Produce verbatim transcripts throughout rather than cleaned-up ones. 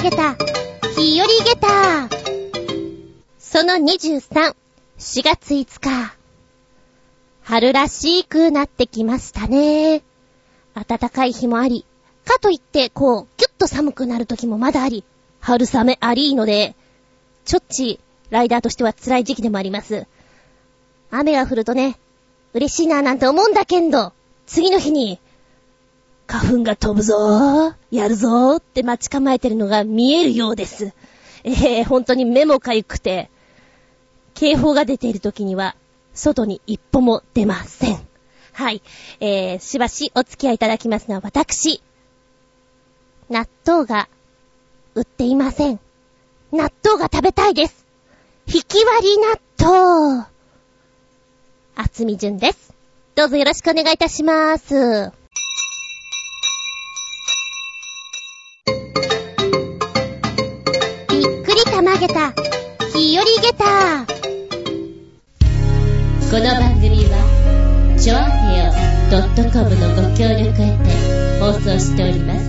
げた日和げたそのにじゅうさん、しがついつか、春らしくなってきましたね。暖かい日もあり、かといってこうギュッと寒くなる時もまだあり、春雨ありーのでちょっちライダーとしては辛い時期でもあります。雨が降るとね、嬉しいななんて思うんだけど、次の日に花粉が飛ぶぞー、やるぞーって待ち構えてるのが見えるようです。えー、本当に目もかゆくて、警報が出ている時には外に一歩も出ません。はい、えー、しばしお付き合いいただきますのは、私納豆が売っていません。納豆が食べたいです。ひき割り納豆。あつみじゅんです。どうぞよろしくお願いいたします。びっくりたまげた日和げた。この番組はちょあへよ .com のご協力へて放送しております。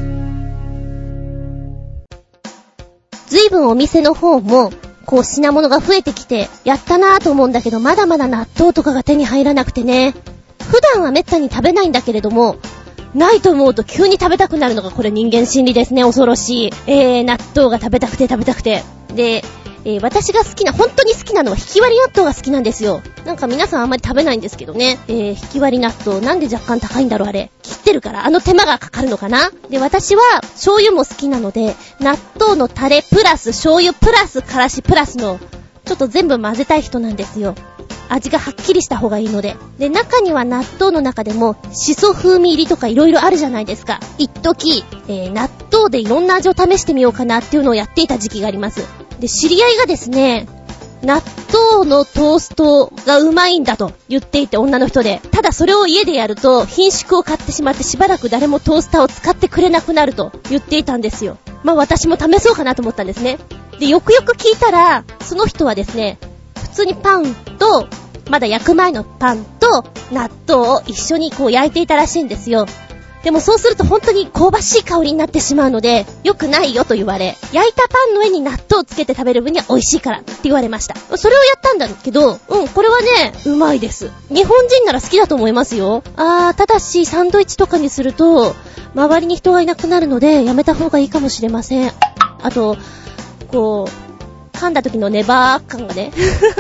ずいぶんお店の方もこう品物が増えてきてやったなぁと思うんだけど、まだまだ納豆とかが手に入らなくてね。普段はめったに食べないんだけれども、ないと思うと急に食べたくなるのがこれ人間心理ですね。恐ろしい。えー、納豆が食べたくて食べたくて。で、えー、私が好きな、本当に好きなのはひき割り納豆が好きなんですよ。なんか皆さんあんまり食べないんですけどね。えー、ひき割り納豆、なんで若干高いんだろうあれ。切ってるから、あの手間がかかるのかな。で、私は醤油も好きなので、納豆のタレプラス醤油プラスからしプラスの、ちょっと全部混ぜたい人なんですよ。味がはっきりした方がいいので。で、中には納豆の中でもシソ風味入りとかいろいろあるじゃないですか。一時、えー、納豆でいろんな味を試してみようかなっていうのをやっていた時期があります。で、知り合いがですね、納豆のトーストがうまいんだと言っていて、女の人で、ただそれを家でやると品縮を買ってしまってしばらく誰もトースターを使ってくれなくなると言っていたんですよ。まあ私も試そうかなと思ったんですね。で、よくよく聞いたら、その人はですね、普通にパンとまだ焼く前のパンと納豆を一緒にこう焼いていたらしいんですよ。でもそうすると本当に香ばしい香りになってしまうので良くないよと言われ、焼いたパンの上に納豆をつけて食べる分には美味しいからって言われました。それをやったんだけど、うん、これはね、うまいです。日本人なら好きだと思いますよ。あー、ただしサンドイッチとかにすると周りに人がいなくなるのでやめた方がいいかもしれません。あと、こう噛んだ時のネバー感がね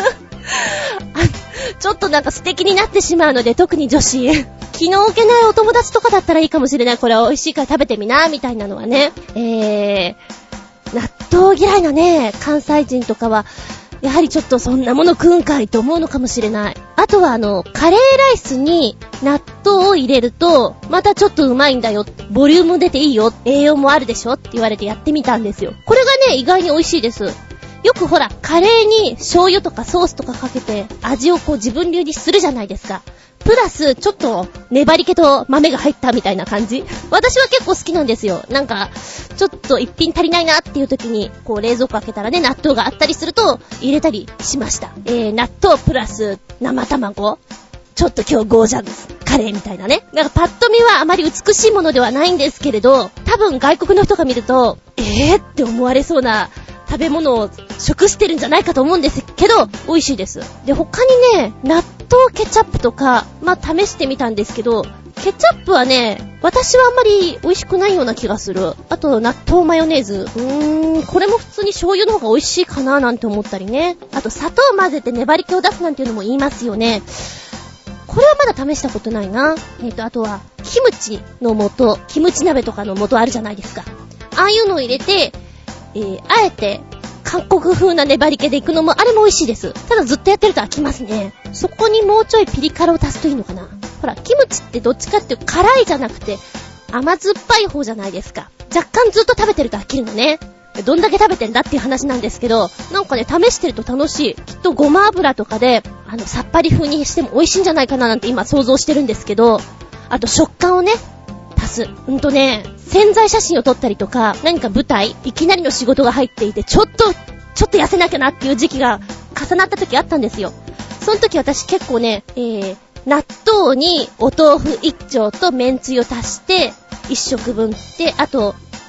ちょっとなんか素敵になってしまうので、特に女子気の置けないお友達とかだったらいいかもしれない。これは美味しいから食べてみなみたいなのはね。えー、納豆嫌いなね関西人とかはやはりちょっとそんなもの食うんかいと思うのかもしれない。あとはあのカレーライスに納豆を入れるとまたちょっとうまいんだよ、ボリューム出ていいよ、栄養もあるでしょって言われてやってみたんですよ。これがね意外に美味しいです。よくほらカレーに醤油とかソースとかかけて味をこう自分流にするじゃないですか。プラスちょっと粘り気と豆が入ったみたいな感じ。私は結構好きなんですよ。なんかちょっと一品足りないなっていう時にこう冷蔵庫開けたらね納豆があったりすると入れたりしました。えー、納豆プラス生卵、ちょっと今日ゴージャスカレーみたいなね。なんかパッと見はあまり美しいものではないんですけれど、多分外国の人が見るとえーって思われそうな食べ物を食してるんじゃないかと思うんですけど、美味しいです。で、他にね、納豆ケチャップとか、まあ、試してみたんですけど、ケチャップはね、私はあんまり美味しくないような気がする。あと、納豆マヨネーズ。うーん、これも普通に醤油の方が美味しいかななんて思ったりね。あと、砂糖を混ぜて粘り気を出すなんていうのも言いますよね。これはまだ試したことないな。えっと、あとは、キムチの素、キムチ鍋とかの素あるじゃないですか。ああいうのを入れて、えー、あえて韓国風な粘り気でいくのもあれも美味しいです。ただずっとやってると飽きますね。そこにもうちょいピリ辛を足すといいのかな。ほらキムチってどっちかっていう辛いじゃなくて甘酸っぱい方じゃないですか。若干ずっと食べてると飽きるのね。どんだけ食べてんだっていう話なんですけど、なんかね試してると楽しい。きっとごま油とかであのさっぱり風にしても美味しいんじゃないかななんて今想像してるんですけど、あと食感をね足す。うんとね、潜在写真を撮ったりとか、何か舞台、いきなりの仕事が入っていて、ちょっと、ちょっと痩せなきゃなっていう時期が重なった時あったんですよ。その時私結構ね、えー、納豆にお豆腐一丁と麺つゆを足して、一食分で、あと、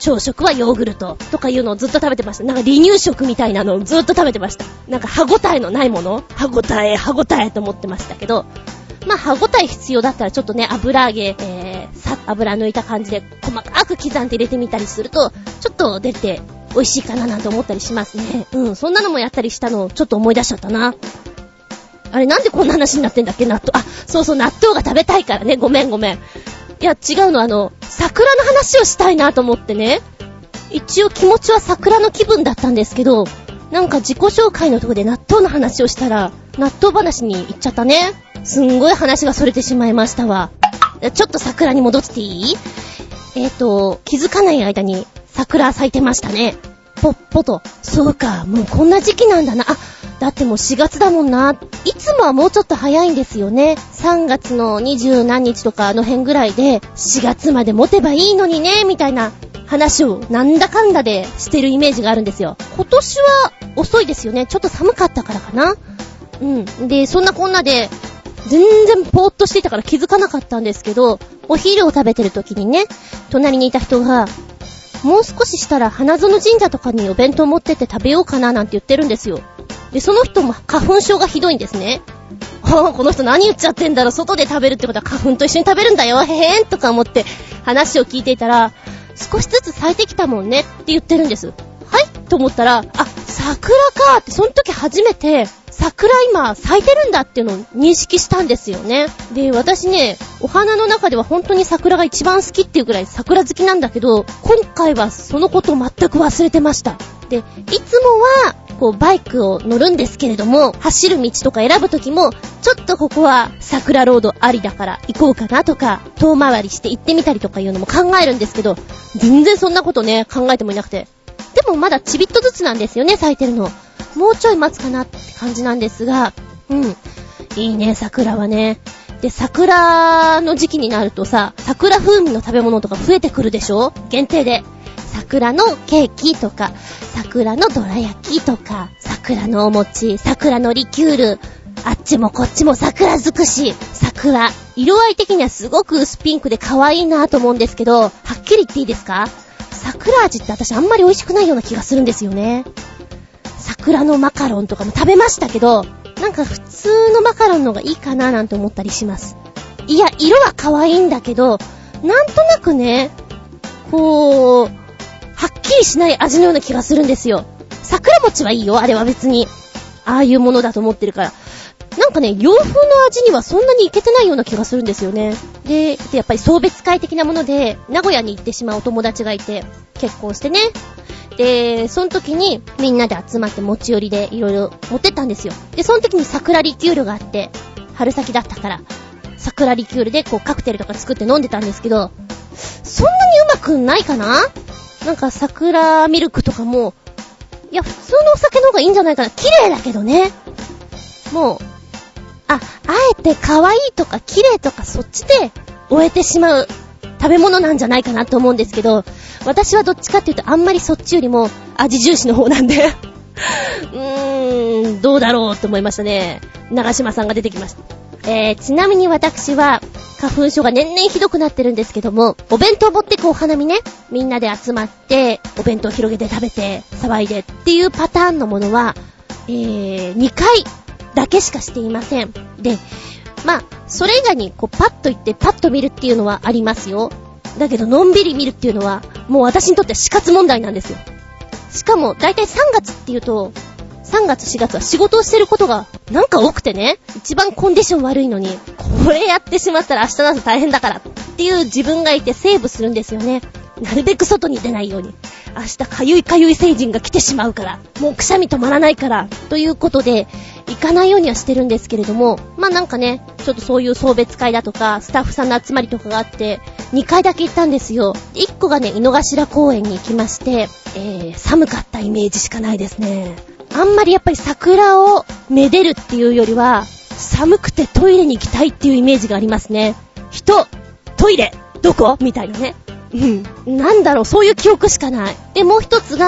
朝食はヨーグルトとかいうのをずっと食べてました。なんか離乳食みたいなのをずっと食べてました。なんか歯ごたえのないもの、歯ごたえ歯ごたえと思ってましたけど、まあ歯ごたえ必要だったらちょっとね、油揚げ、えー、さ油抜いた感じで細かく刻んで入れてみたりするとちょっと出て美味しいかななんて思ったりしますね。うん、そんなのもやったりしたのをちょっと思い出しちゃったな。あれなんでこんな話になってんだっけ、納豆。あ、そうそう、納豆が食べたいからね。ごめんごめん。いや違うの、あの桜の話をしたいなと思ってね。一応気持ちは桜の気分だったんですけど、なんか自己紹介のとこで納豆の話をしたら納豆話に行っちゃったね。すんごい話がそれてしまいましたわ。ちょっと桜に戻っていい？えーと気づかない間に桜咲いてましたね。ぽっぽと。そうか、もうこんな時期なんだな。あ、だってもうしがつだもんな。いつもはもうちょっと早いんですよね。さんがつのにじゅうなんにちとかあの辺ぐらいでしがつまで持てばいいのにねみたいな話をなんだかんだでしてるイメージがあるんですよ。今年は遅いですよね。ちょっと寒かったからかな。うん。で、そんなこんなで全然ぽーっとしていたから気づかなかったんですけど、お昼を食べてる時にね、隣にいた人がもう少ししたら花園神社とかにお弁当持ってって食べようかななんて言ってるんですよ。で、その人も花粉症がひどいんですね。ああ、この人何言っちゃってんだろう、外で食べるってことは花粉と一緒に食べるんだよ、へへんとか思って話を聞いていたら、少しずつ咲いてきたもんねって言ってるんです。はいと思ったら、あ、桜かって、その時初めて桜今咲いてるんだっていうのを認識したんですよね。で、私ね、お花の中では本当に桜が一番好きっていうくらい桜好きなんだけど、今回はそのことを全く忘れてました。で、いつもはこうバイクを乗るんですけれども、走る道とか選ぶときもちょっとここは桜ロードありだから行こうかなとか、遠回りして行ってみたりとかいうのも考えるんですけど、全然そんなことね考えてもいなくて、でもまだちびっとずつなんですよね、咲いてるの。もうちょい待つかなって感じなんですが、うん、いいね桜はね。で、桜の時期になるとさ、桜風味の食べ物とか増えてくるでしょ、限定で。桜のケーキとか、桜のどら焼きとか、桜のお餅、桜のリキュール、あっちもこっちも桜尽くし。桜、色合い的にはすごく薄ピンクで可愛いなと思うんですけど、はっきり言っていいですか？桜味って私あんまり美味しくないような気がするんですよね。桜のマカロンとかも食べましたけど、なんか普通のマカロンの方がいいかななんて思ったりします。いや、色は可愛いんだけど、なんとなくね、こう、はっきりしない味のような気がするんですよ。桜餅はいいよ、あれは別に。ああいうものだと思ってるから。なんかね、洋風の味にはそんなにいけてないような気がするんですよね。で、でやっぱり送別会的なもので、名古屋に行ってしまうお友達がいて、結婚してね。で、その時にみんなで集まって持ち寄りでいろいろ持ってったんですよ。で、その時に桜リキュールがあって、春先だったから、桜リキュールでこうカクテルとか作って飲んでたんですけど、そんなにうまくないかな？なんか桜ミルクとかも、いや普通のお酒の方がいいんじゃないかな。綺麗だけどね。もう、あ、あえて可愛いとか綺麗とかそっちで終えてしまう食べ物なんじゃないかなと思うんですけど、私はどっちかっていうとあんまりそっちよりも味重視の方なんでうーん、どうだろうと思いましたね。長島さんが出てきました。えー、ちなみに私は花粉症が年々ひどくなってるんですけども、お弁当持ってくお花見ね、みんなで集まってお弁当広げて食べて騒いでっていうパターンのものは、えー、にかいだけしかしていません。で、まあそれ以外にこうパッと行ってパッと見るっていうのはありますよ。だけどのんびり見るっていうのはもう私にとって死活問題なんですよ。しかもだいたいさんがつっていうと、さんがつしがつは仕事をしてることがなんか多くてね、一番コンディション悪いのにこれやってしまったら明日の朝大変だからっていう自分がいてセーブするんですよね。なるべく外に出ないように、明日かゆいかゆい成人が来てしまうから、もうくしゃみ止まらないからということで行かないようにはしてるんですけれども、まあなんかね、ちょっとそういう送別会だとかスタッフさんの集まりとかがあってにかいだけ行ったんですよ。いっこがね、井の頭公園に行きまして、えー、寒かったイメージしかないですね。あんまりやっぱり桜をめでるっていうよりは寒くてトイレに行きたいっていうイメージがありますね。人、トイレ、どこみたいなね。うん。なんだろう、そういう記憶しかない。で、もう一つが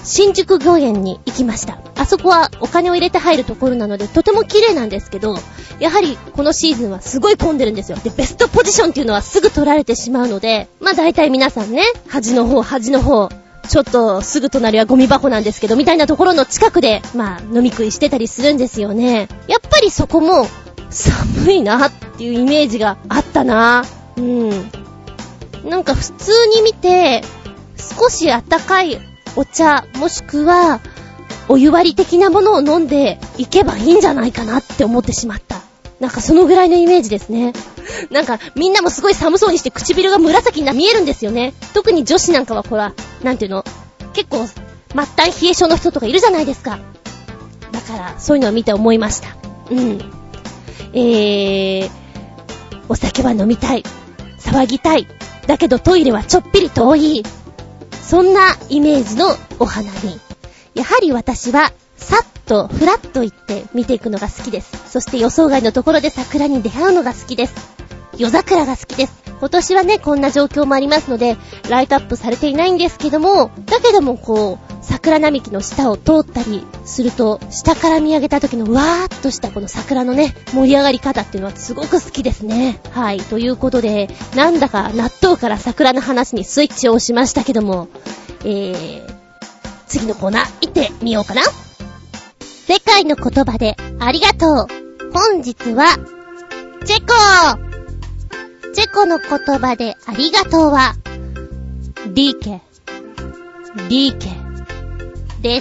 新宿御苑に行きました。あそこはお金を入れて入るところなのでとても綺麗なんですけど、やはりこのシーズンはすごい混んでるんですよ。で、ベストポジションっていうのはすぐ取られてしまうので、まあ大体皆さんね、端の方端の方、ちょっとすぐ隣はゴミ箱なんですけどみたいなところの近くでまあ飲み食いしてたりするんですよね。やっぱりそこも寒いなっていうイメージがあったな。うん。なんか普通に見て少しあったかいお茶もしくはお湯割り的なものを飲んでいけばいいんじゃないかなって思ってしまった。なんかそのぐらいのイメージですね。なんかみんなもすごい寒そうにして唇が紫に見えるんですよね。特に女子なんかはこれはなんていうの、結構末端冷え性の人とかいるじゃないですか。だからそういうのを見て思いました。うん。えー、お酒は飲みたい、騒ぎたい、だけどトイレはちょっぴり遠い、そんなイメージのお花見。やはり私はさっとフラッと行って見ていくのが好きです。そして予想外のところで桜に出会うのが好きです。夜桜が好きです。今年はねこんな状況もありますのでライトアップされていないんですけども、だけどもこう桜並木の下を通ったりすると下から見上げた時のわーっとしたこの桜のね盛り上がり方っていうのはすごく好きですね。はい、ということでなんだか納豆から桜の話にスイッチを押しましたけども、えー、次のコーナー行ってみようかな。世界の言葉でありがとう。本日はチェコチェコの言葉でありがとうはリーケリーケです。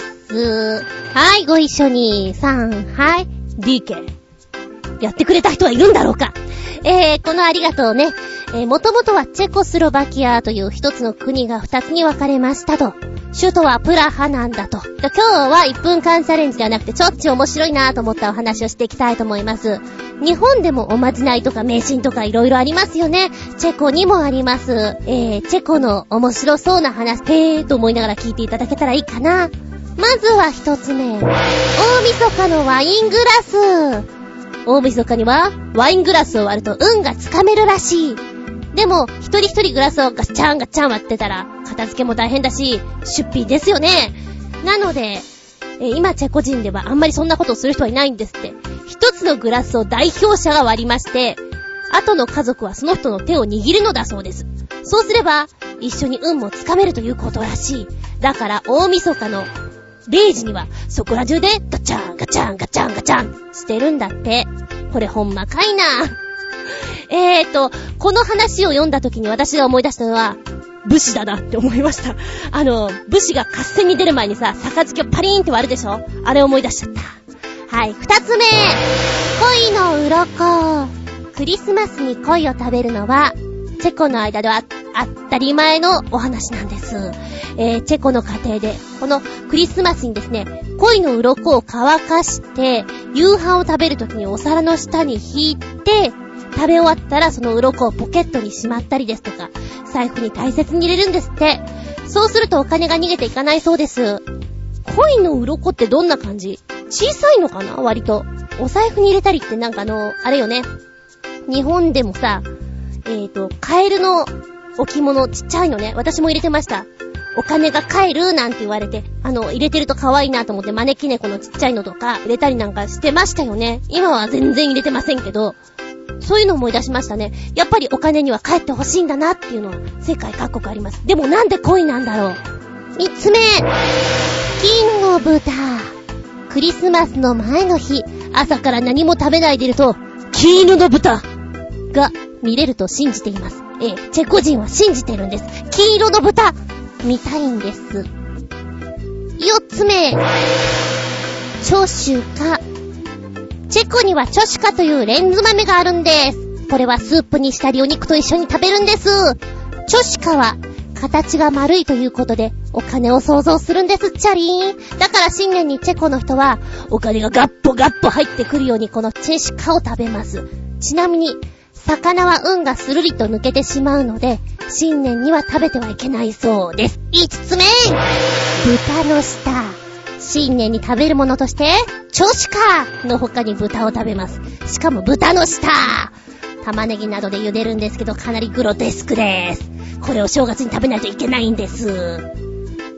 はい、ご一緒にさんはいリーケやってくれた人はいるんだろうか。えー、このありがとうね、えー、もともとはチェコスロバキアという一つの国が二つに分かれましたと。首都はプラハなんだと。今日はいっぷんかんチャレンジではなくてちょっち面白いなと思ったお話をしていきたいと思います。日本でもおまじないとか迷信とかいろいろありますよね。チェコにもあります。えー、チェコの面白そうな話、へーと思いながら聞いていただけたらいいかな。まずは一つ目。大晦日のワイングラス。大晦日にはワイングラスを割ると運がつかめるらしい。でも一人一人グラスをガッチャンガッチャン割ってたら片付けも大変だし出費ですよね。なので、えー、今チェコ人ではあんまりそんなことをする人はいないんですって。一つのグラスを代表者が割りまして後の家族はその人の手を握るのだそうです。そうすれば一緒に運もつかめるということらしい。だから大晦日のれいじにはそこら中でガチャンガチャンガチャンガチャンしてるんだって。これほんまかいな。えーとこの話を読んだ時に私が思い出したのは武士だなって思いました。あの武士が合戦に出る前にさ杯をパリーンって割るでしょ。あれ思い出しちゃった。はい、二つ目、恋の鱗。クリスマスに恋を食べるのはチェコの間では当たり前のお話なんです。えー、チェコの家庭でこのクリスマスにですね恋の鱗を乾かして夕飯を食べるときにお皿の下に引いて食べ終わったらその鱗をポケットにしまったりですとか財布に大切に入れるんですって。そうするとお金が逃げていかないそうです。恋の鱗ってどんな感じ？小さいのかな？割とお財布に入れたりってなんかあのあれよね、日本でもさえーとカエルの置物ちっちゃいのね私も入れてました。お金が帰るなんて言われてあの入れてると可愛いなと思って招き猫のちっちゃいのとか入れたりなんかしてましたよね。今は全然入れてませんけどそういうのを思い出しましたね。やっぱりお金には帰ってほしいんだなっていうのは世界各国あります。でもなんで恋なんだろう。三つ目、金の豚。クリスマスの前の日朝から何も食べないでいると金色の豚が見れると信じています。えー、チェコ人は信じてるんです。金色の豚見たいんです。四つ目、チョシュカ。チェコにはチョシュカというレンズ豆があるんです。これはスープにしたりお肉と一緒に食べるんです。チョシュカは形が丸いということでお金を想像するんです。チャリーン。だから新年にチェコの人はお金がガッポガッポ入ってくるようにこのチェシュカを食べます。ちなみに魚は運がスルリと抜けてしまうので新年には食べてはいけないそうです。五つ目、豚の舌。新年に食べるものとしてチョシカの他に豚を食べます。しかも豚の舌、玉ねぎなどで茹でるんですけどかなりグロテスクです。これを正月に食べないといけないんです。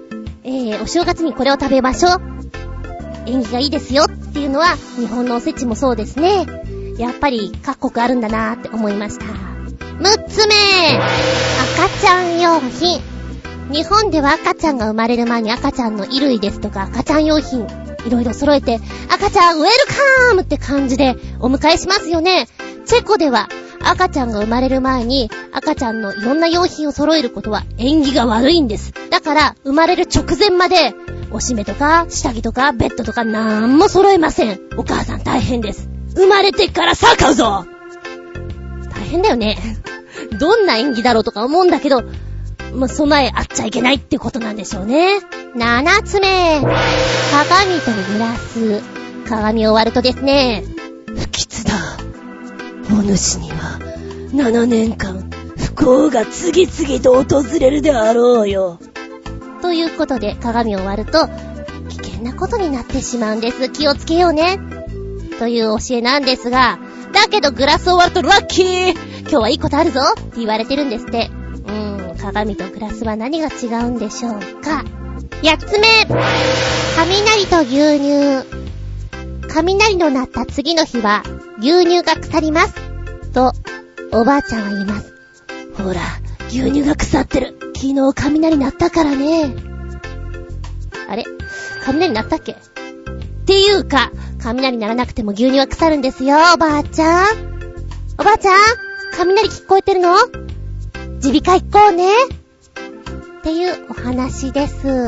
えー、お正月にこれを食べましょう。縁起がいいですよっていうのは、日本のおせちもそうですね。やっぱり各国あるんだなーって思いました。むっつめ、赤ちゃん用品。日本では赤ちゃんが生まれる前に赤ちゃんの衣類ですとか赤ちゃん用品いろいろ揃えて、赤ちゃんウェルカムって感じでお迎えしますよね。チェコでは赤ちゃんが生まれる前に赤ちゃんのいろんな用品を揃えることは縁起が悪いんです。だから生まれる直前までおしめとか下着とかベッドとかなんも揃えません。お母さん大変です。生まれてからさあ買うぞ。大変だよね。どんな縁起だろうとか思うんだけど、まあ、備えあっちゃいけないってことなんでしょうね。七つ目、鏡とグラス。鏡を割るとですね、不吉だ。お主にはななねんかん不幸が次々と訪れるであろうよ。ということで鏡を割ると危険なことになってしまうんです。気をつけようね。という教えなんですが、だけどグラスを割るとラッキー、今日はいいことあるぞって言われてるんですって。うーん、鏡とグラスは何が違うんでしょうか。八つ目、雷と牛乳。雷の鳴った次の日は牛乳が腐りますとおばあちゃんは言います。ほら、牛乳が腐ってる。昨日雷鳴ったからね。あれ、雷鳴ったっけっていうか、雷鳴らなくても牛乳は腐るんですよ。おばあちゃん、おばあちゃん、雷聞こえてるの？耳鼻科行こうねっていうお話です。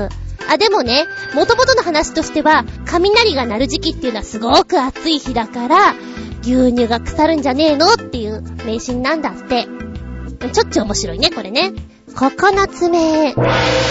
あ、でもね、元々の話としては雷が鳴る時期っていうのはすごく暑い日だから牛乳が腐るんじゃねえのっていう迷信なんだって。ちょっちょ面白いねこれね。九つ目、ほう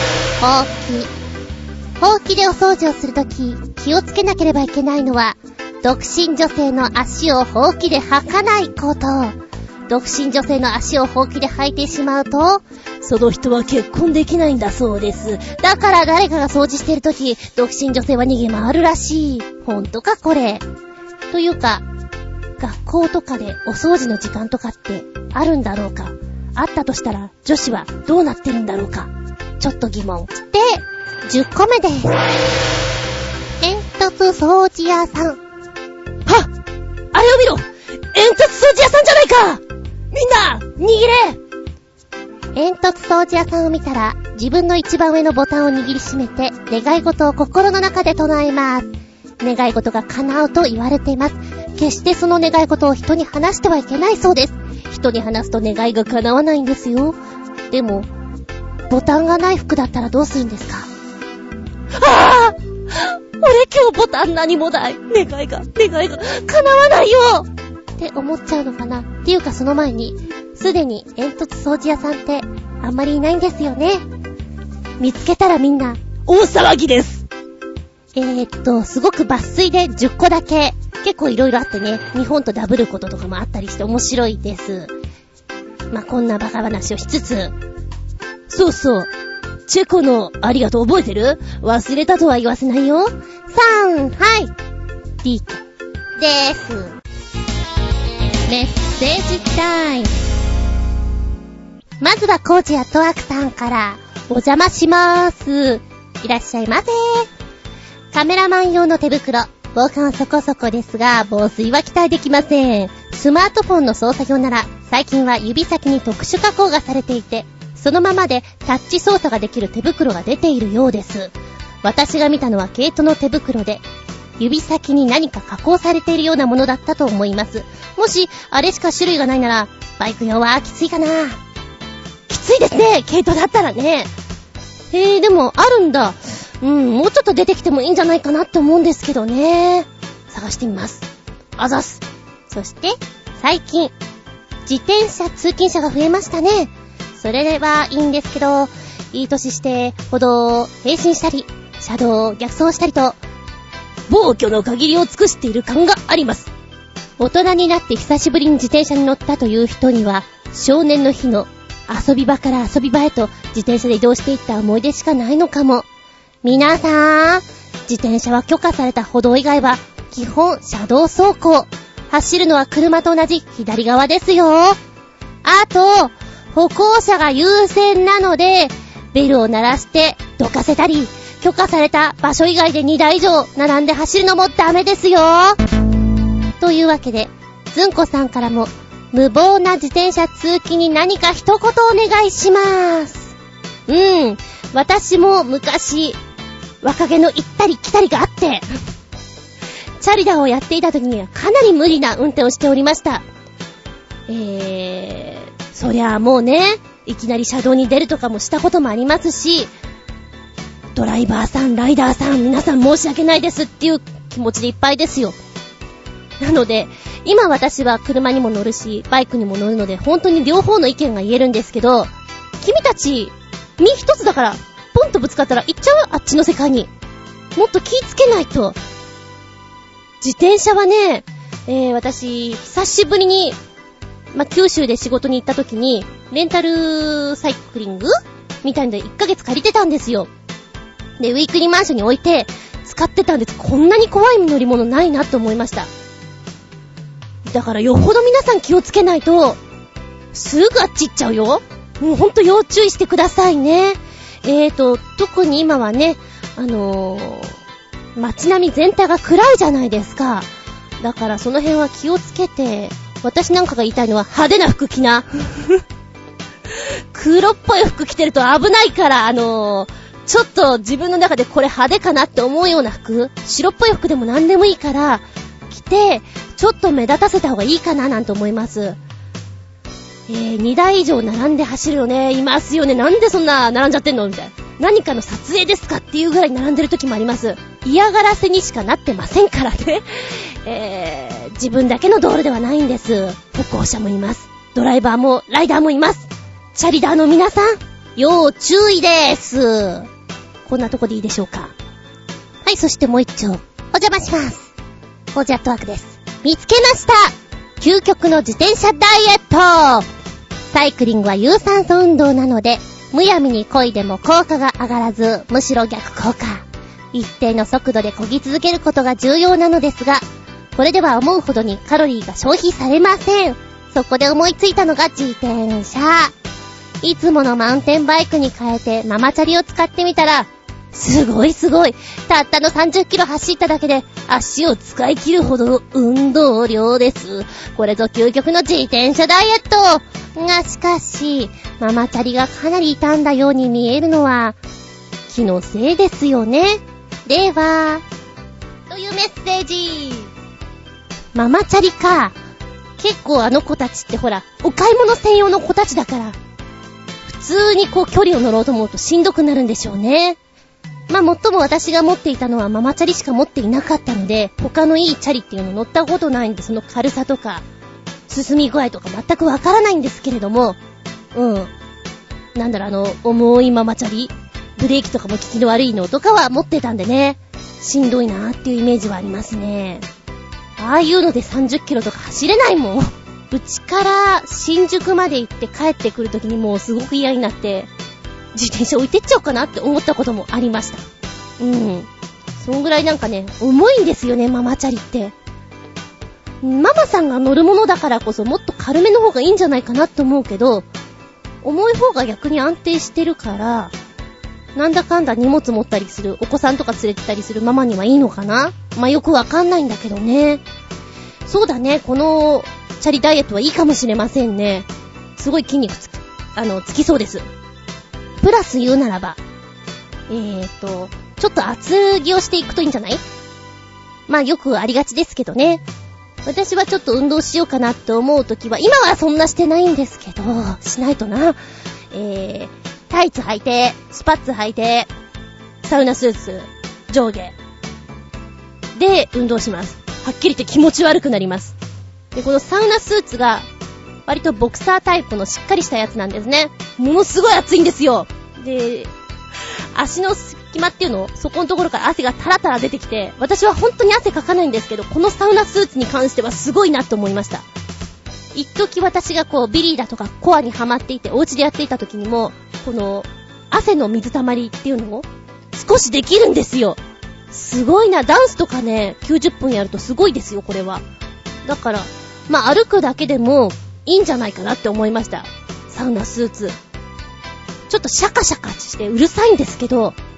き。ほうきでお掃除をするとき気をつけなければいけないのは、独身女性の足をほうきで履かないこと。独身女性の足をほうきで履いてしまうと、その人は結婚できないんだそうです。だから誰かが掃除してるとき、独身女性は逃げ回るらしい。ほんとかこれ。というか、学校とかでお掃除の時間とかってあるんだろうか。あったとしたら女子はどうなってるんだろうか。ちょっと疑問。で、じゅっこめです。煙突掃除屋さん。はっ、あれを見ろ、煙突掃除屋さんじゃないか。みんな握れ。煙突掃除屋さんを見たら自分の一番上のボタンを握りしめて願い事を心の中で唱えます。願い事が叶うと言われています。決してその願い事を人に話してはいけないそうです。人に話すと願いが叶わないんですよ。でもボタンがない服だったらどうするんですか？ああ、俺今日ボタン何もない。願いが願いが叶わないよって思っちゃうのかな。っていうかその前にすでに煙突掃除屋さんってあんまりいないんですよね。見つけたらみんな大騒ぎです。えーっとすごく抜粋でじゅっこだけ、結構いろいろあってね、日本とダブることとかもあったりして面白いです。まあ、こんなバカ話をしつつ、そうそう、チェコのありがとう覚えてる？忘れたとは言わせないよ。さん、はい ディーケー です。メッセージタイム。まずはコージアトワークさんからお邪魔しまーす。いらっしゃいませ。カメラマン用の手袋、防寒そこそこですが防水は期待できません。スマートフォンの操作用なら最近は指先に特殊加工がされていて、そのままでタッチ操作ができる手袋が出ているようです。私が見たのは毛糸の手袋で、指先に何か加工されているようなものだったと思います。もしあれしか種類がないならバイク用はきついかな。きついですね、毛糸だったらね。へえ、でもあるんだ。うん、もうちょっと出てきてもいいんじゃないかなって思うんですけどね。探してみます。あざす。そして最近自転車通勤者が増えましたね。それではいいんですけど、いい年して歩道を並進したり車道を逆走したりと暴挙の限りを尽くしている感があります。大人になって久しぶりに自転車に乗ったという人には、少年の日の遊び場から遊び場へと自転車で移動していった思い出しかないのかも。皆さん、自転車は許可された歩道以外は基本車道走行。走るのは車と同じ左側ですよ。あと、歩行者が優先なのでベルを鳴らしてどかせたり、 許可された場所以外でにだい以上並んで走るのもダメですよ。というわけで、ずんこさんからも無謀な自転車通勤に何か一言お願いします。うん、私も昔若気の行ったり来たりがあってチャリダーをやっていた時にはかなり無理な運転をしておりました。えー、そりゃもうね、いきなり車道に出るとかもしたこともありますし、ドライバーさん、ライダーさん、皆さん申し訳ないですっていう気持ちでいっぱいですよ。なので今私は車にも乗るしバイクにも乗るので本当に両方の意見が言えるんですけど、君たち身一つだからポンとぶつかったら行っちゃう、あっちの世界に。もっと気ぃつけないと。自転車はね、えー、私久しぶりにまあ、九州で仕事に行った時にレンタルサイクリングみたいのでいっかげつ借りてたんですよ。でウィークリーマンションに置いて使ってたんです。こんなに怖い乗り物ないなと思いました。だからよほど皆さん気をつけないとすぐあっち行っちゃうよ。もうほんと要注意してくださいね。えーと特に今はね、あのー、街並み全体が暗いじゃないですか。だからその辺は気をつけて。私なんかが言いたいのは派手な服着な黒っぽい服着てると危ないから、あのー、ちょっと自分の中でこれ派手かなって思うような服、白っぽい服でも何でもいいから着てちょっと目立たせた方がいいかななんて思います。えー、にだい以上並んで走るよね、いますよね。なんでそんな並んじゃってんのみたいな。何かの撮影ですかっていうぐらい並んでる時もあります。嫌がらせにしかなってませんからね。えー、自分だけの道路ではないんです。歩行者もいます。ドライバーもライダーもいます。チャリダーの皆さん、要注意です。こんなとこでいいでしょうか。はい、そしてもう一丁お邪魔します。コージアットワークです。見つけました。究極の自転車ダイエット。サイクリングは有酸素運動なのでむやみに漕いでも効果が上がらず、むしろ逆効果。一定の速度で漕ぎ続けることが重要なのですが、これでは思うほどにカロリーが消費されません。そこで思いついたのが自転車。いつものマウンテンバイクに変えてママチャリを使ってみたら、すごいすごい。たったのさんじゅっキロ走っただけで足を使い切るほどの運動量です。これぞ究極の自転車ダイエット。がしかし、ママチャリがかなり傷んだように見えるのは気のせいですよね。では、というメッセージ。ママチャリか。結構あの子たちってほら、お買い物専用の子たちだから、普通にこう距離を乗ろうと思うとしんどくなるんでしょうね。まあもっとも私が持っていたのはママチャリしか持っていなかったので、他のいいチャリっていうの乗ったことないんで、その軽さとか進み具合とか全くわからないんですけれども、うんなんだろう、あの重いママチャリ、ブレーキとかも効きの悪いのとかは持ってたんでね、しんどいなーっていうイメージはありますね。ああいうのでさんじゅっキロとか走れないもん。うちから新宿まで行って帰ってくるときにもうすごく嫌になって自転車置いてっちゃおうかなって思ったこともありました。うんそんぐらいなんかね、重いんですよね、ママチャリって。ママさんが乗るものだからこそもっと軽めの方がいいんじゃないかなって思うけど、重い方が逆に安定してるから、なんだかんだ荷物持ったりする、お子さんとか連れてたりするママにはいいのかな。まあよくわかんないんだけどね。そうだね、このチャリダイエットはいいかもしれませんね。すごい筋肉つき、あのつきそうです。プラス言うならば、えーとちょっと厚着をしていくといいんじゃない？まあよくありがちですけどね。私はちょっと運動しようかなって思うときは、今はそんなしてないんですけど、しないとな。えー、タイツ履いて、スパッツ履いて、サウナスーツ、上下。で、運動します。はっきり言って気持ち悪くなります。で、このサウナスーツが、割とボクサータイプのしっかりしたやつなんですね。ものすごい暑いんですよ。で、足の隙間っていうの、そこのところから汗がタラタラ出てきて、私は本当に汗かかないんですけど、このサウナスーツに関してはすごいなと思いました。一時私がこうビリーだとかコアにハマっていて、お家でやっていた時にも、この汗の水たまりっていうのを少しできるんですよ。すごいな。ダンスとかね、きゅうじゅっぷんやるとすごいですよ、これは。だからまあ歩くだけでもいいんじゃないかなって思いました。サウナスーツちょっとシャカシャカしてうるさいんですけど、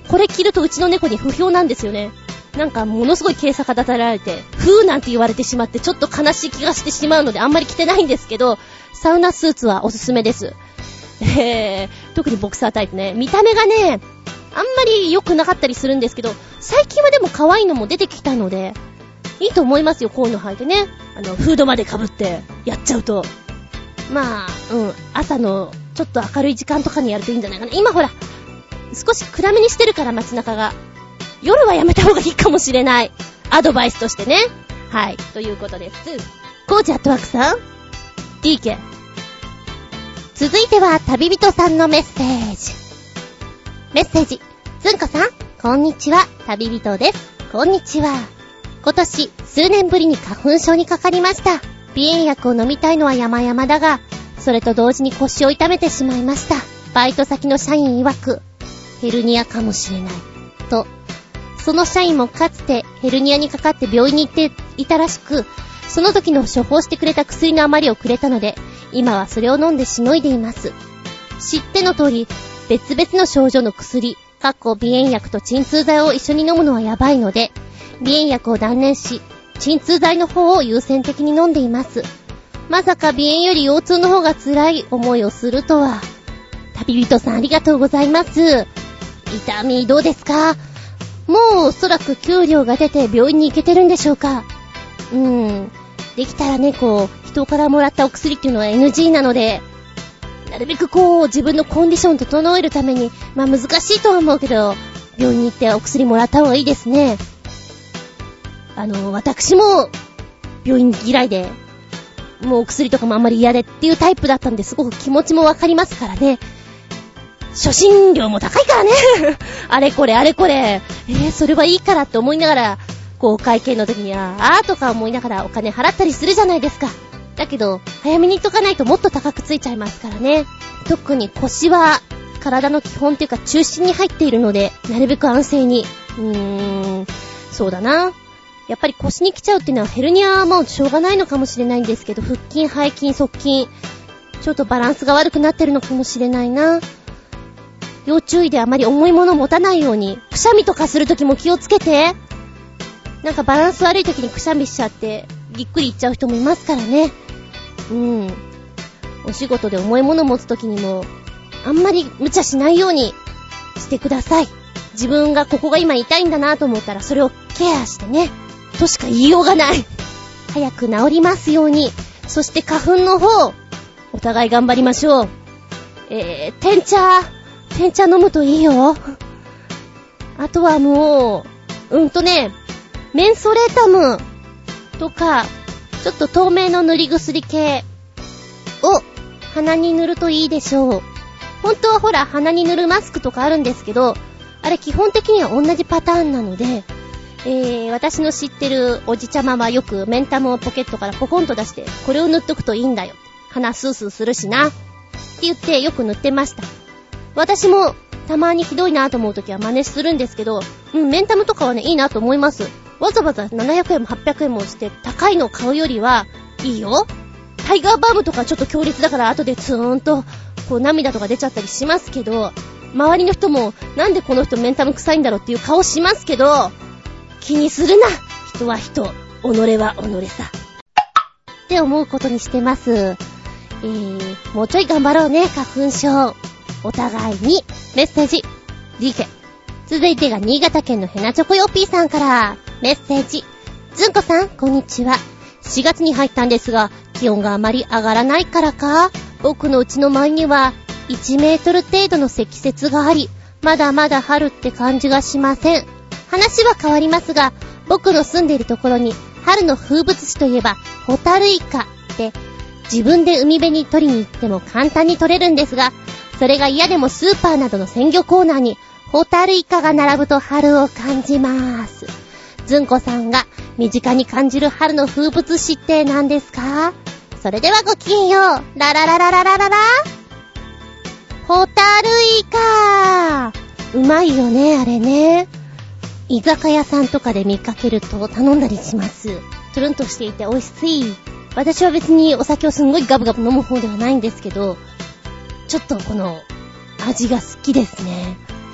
これ着るとうちの猫に不評なんですよね。なんかものすごい警察が立てられて、ふーなんて言われてしまってちょっと悲しい気がしてしまうのであんまり着てないんですけど、サウナスーツはおすすめです。えー、特にボクサータイプね。見た目がね、あんまり良くなかったりするんですけど、最近はでも可愛いのも出てきたので、いいと思いますよ、こういうの履いてね。あの、フードまで被ってやっちゃうと。まあ、うん、朝のちょっと明るい時間とかにやるといいんじゃないかな。今ほら、少し暗めにしてるから街中が。夜はやめた方がいいかもしれない。アドバイスとしてね。はい、ということです。コーチアットワークさん ディーケー。続いては旅人さんのメッセージ。メッセージ。ずんこさん、こんにちは。旅人です。こんにちは。今年、数年ぶりに花粉症にかかりました。鼻炎薬を飲みたいのは山々だが、それと同時に腰を痛めてしまいました。バイト先の社員曰く、ヘルニアかもしれない。と、その社員もかつてヘルニアにかかって病院に行っていたらしく、その時の処方してくれた薬の余りをくれたので、今はそれを飲んでしのいでいます。知っての通り、別々の症状の薬、かっこ鼻炎薬と鎮痛剤を一緒に飲むのはやばいので、鼻炎薬を断念し、鎮痛剤の方を優先的に飲んでいます。まさか鼻炎より腰痛の方が辛い思いをするとは。旅人さんありがとうございます。痛みどうですか？もうおそらく給料が出て病院に行けてるんでしょうか？うーん。できたらね、こう、人からもらったお薬っていうのは エヌジー なので、なるべくこう、自分のコンディションを整えるために、まあ難しいとは思うけど、病院に行ってお薬もらった方がいいですね。あの、私も、病院嫌いで、もうお薬とかもあんまり嫌でっていうタイプだったんで、すごく気持ちもわかりますからね。初診料も高いからね。あれこれあれこれ。えー、それはいいからって思いながら、こう会計の時には、あーとか思いながらお金払ったりするじゃないですか。だけど、早めに言っとかないともっと高くついちゃいますからね。特に腰は、体の基本っていうか中心に入っているので、なるべく安静に。うーん、そうだな。やっぱり腰に来ちゃうっていうのはヘルニアはもうしょうがないのかもしれないんですけど、腹筋、背筋、側筋、ちょっとバランスが悪くなってるのかもしれないな。要注意であまり重いものを持たないように、くしゃみとかするときも気をつけて。なんかバランス悪いときにくしゃみしちゃって、ぎっくりいっちゃう人もいますからね。うん。お仕事で重いものを持つときにも、あんまり無茶しないようにしてください。自分がここが今痛いんだなと思ったらそれをケアしてね。としか言いようがない。早く治りますように。そして花粉の方、お互い頑張りましょう。えー、天茶、天茶飲むといいよ。あとはもう、うんとね、メンソレータムとか、ちょっと透明の塗り薬系を鼻に塗るといいでしょう。本当はほら鼻に塗るマスクとかあるんですけど、あれ基本的には同じパターンなので、えー、私の知ってるおじちゃまはよくメンタムをポケットからポコンと出して、これを塗っとくといいんだよ。鼻スースーするしな。って言ってよく塗ってました。私もたまにひどいなと思うときは真似するんですけど、うん、メンタムとかはね、いいなと思います。わざわざななひゃくえんもはっぴゃくえんもして高いのを買うよりはいいよ。タイガーバームとかちょっと強烈だから後でツーンとこう涙とか出ちゃったりしますけど、周りの人もなんでこの人メンタム臭いんだろうっていう顔しますけど、気にするな。人は人、己は己さ。って思うことにしてます。えー、もうちょい頑張ろうね、花粉症。お互いにメッセージ。ディーケー。続いてが新潟県のヘナチョコヨッピーさんからメッセージ。ずんこさん、こんにちは。しがつに入ったんですが、気温があまり上がらないからか、僕の家の前にはいちメートル程度の積雪があり、まだまだ春って感じがしません。話は変わりますが、僕の住んでいるところに春の風物詩といえばホタルイカで、自分で海辺に取りに行っても簡単に取れるんですが、それが嫌でもスーパーなどの鮮魚コーナーにホタルイカが並ぶと春を感じます。ずんこさんが身近に感じる春の風物詩って何ですか？それではごきげんよう。ララララララララ。ホタルイカ、うまいよね、あれね。居酒屋さんとかで見かけると頼んだりします。トゥルンとしていて美味しい。私は別にお酒をすんごいガブガブ飲む方ではないんですけど、ちょっとこの味が好きですね。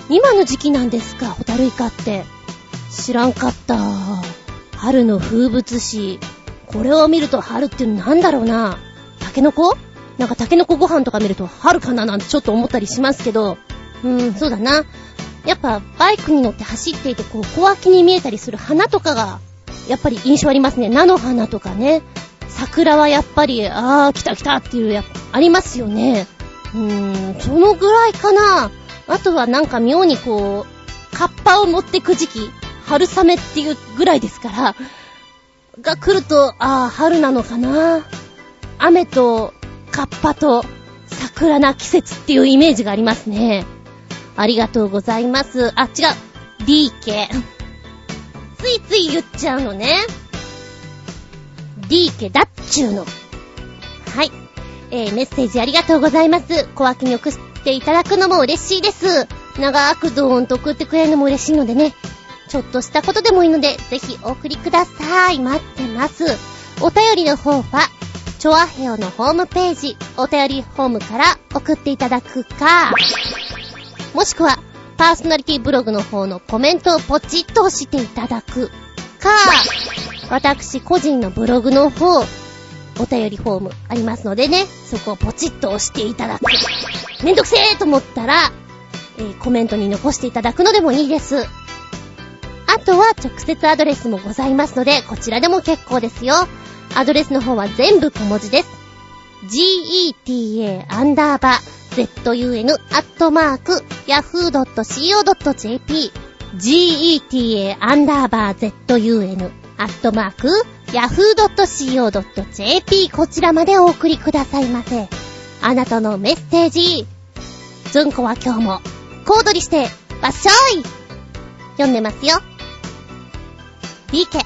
今の時期なんですか、ホタルイカって。知らんかった。春の風物詩。これを見ると春ってなんだろうな。タケノコ？なんかタケノコご飯とか見ると春かななんてちょっと思ったりしますけど、うーん、そうだな。やっぱバイクに乗って走っていてこう小脇に見えたりする花とかがやっぱり印象ありますね。菜の花とかね。桜はやっぱりあー来た来たっていうやありますよね。うーん、そのぐらいかな。あとはなんか妙にこうカッパを持ってく時期、春雨っていうぐらいですからが来るとあー春なのかな。雨とカッパと桜な季節っていうイメージがありますね。ありがとうございます。あ、違う ディーケー ついつい言っちゃうのね。 ディーケー だっちゅうの。はい、えー、メッセージありがとうございます。小脇に送っていただくのも嬉しいです。長くドーンと送ってくれるのも嬉しいのでね、ちょっとしたことでもいいのでぜひお送りください。待ってます。お便りの方はチョアヘオのホームページお便りフォームから送っていただくか、もしくはパーソナリティブログの方のコメントをポチッと押していただくか、私個人のブログの方お便りフォームありますのでね、そこをポチッと押していただく。めんどくせーと思ったら、えー、コメントに残していただくのでもいいです。あとは直接アドレスもございますので、こちらでも結構ですよ。アドレスの方は全部小文字です。geta アンダーバー zun アットマーク ヤフー ドット シーオー ドット ジェーピー geta アンダーバー zun アットマーク ヤフー ドット シーオー ドット ジェーピー こちらまでお送りくださいませ。あなたのメッセージ、ずんこは今日も小躍りしてわっしょい読んでますよ。 ディーケー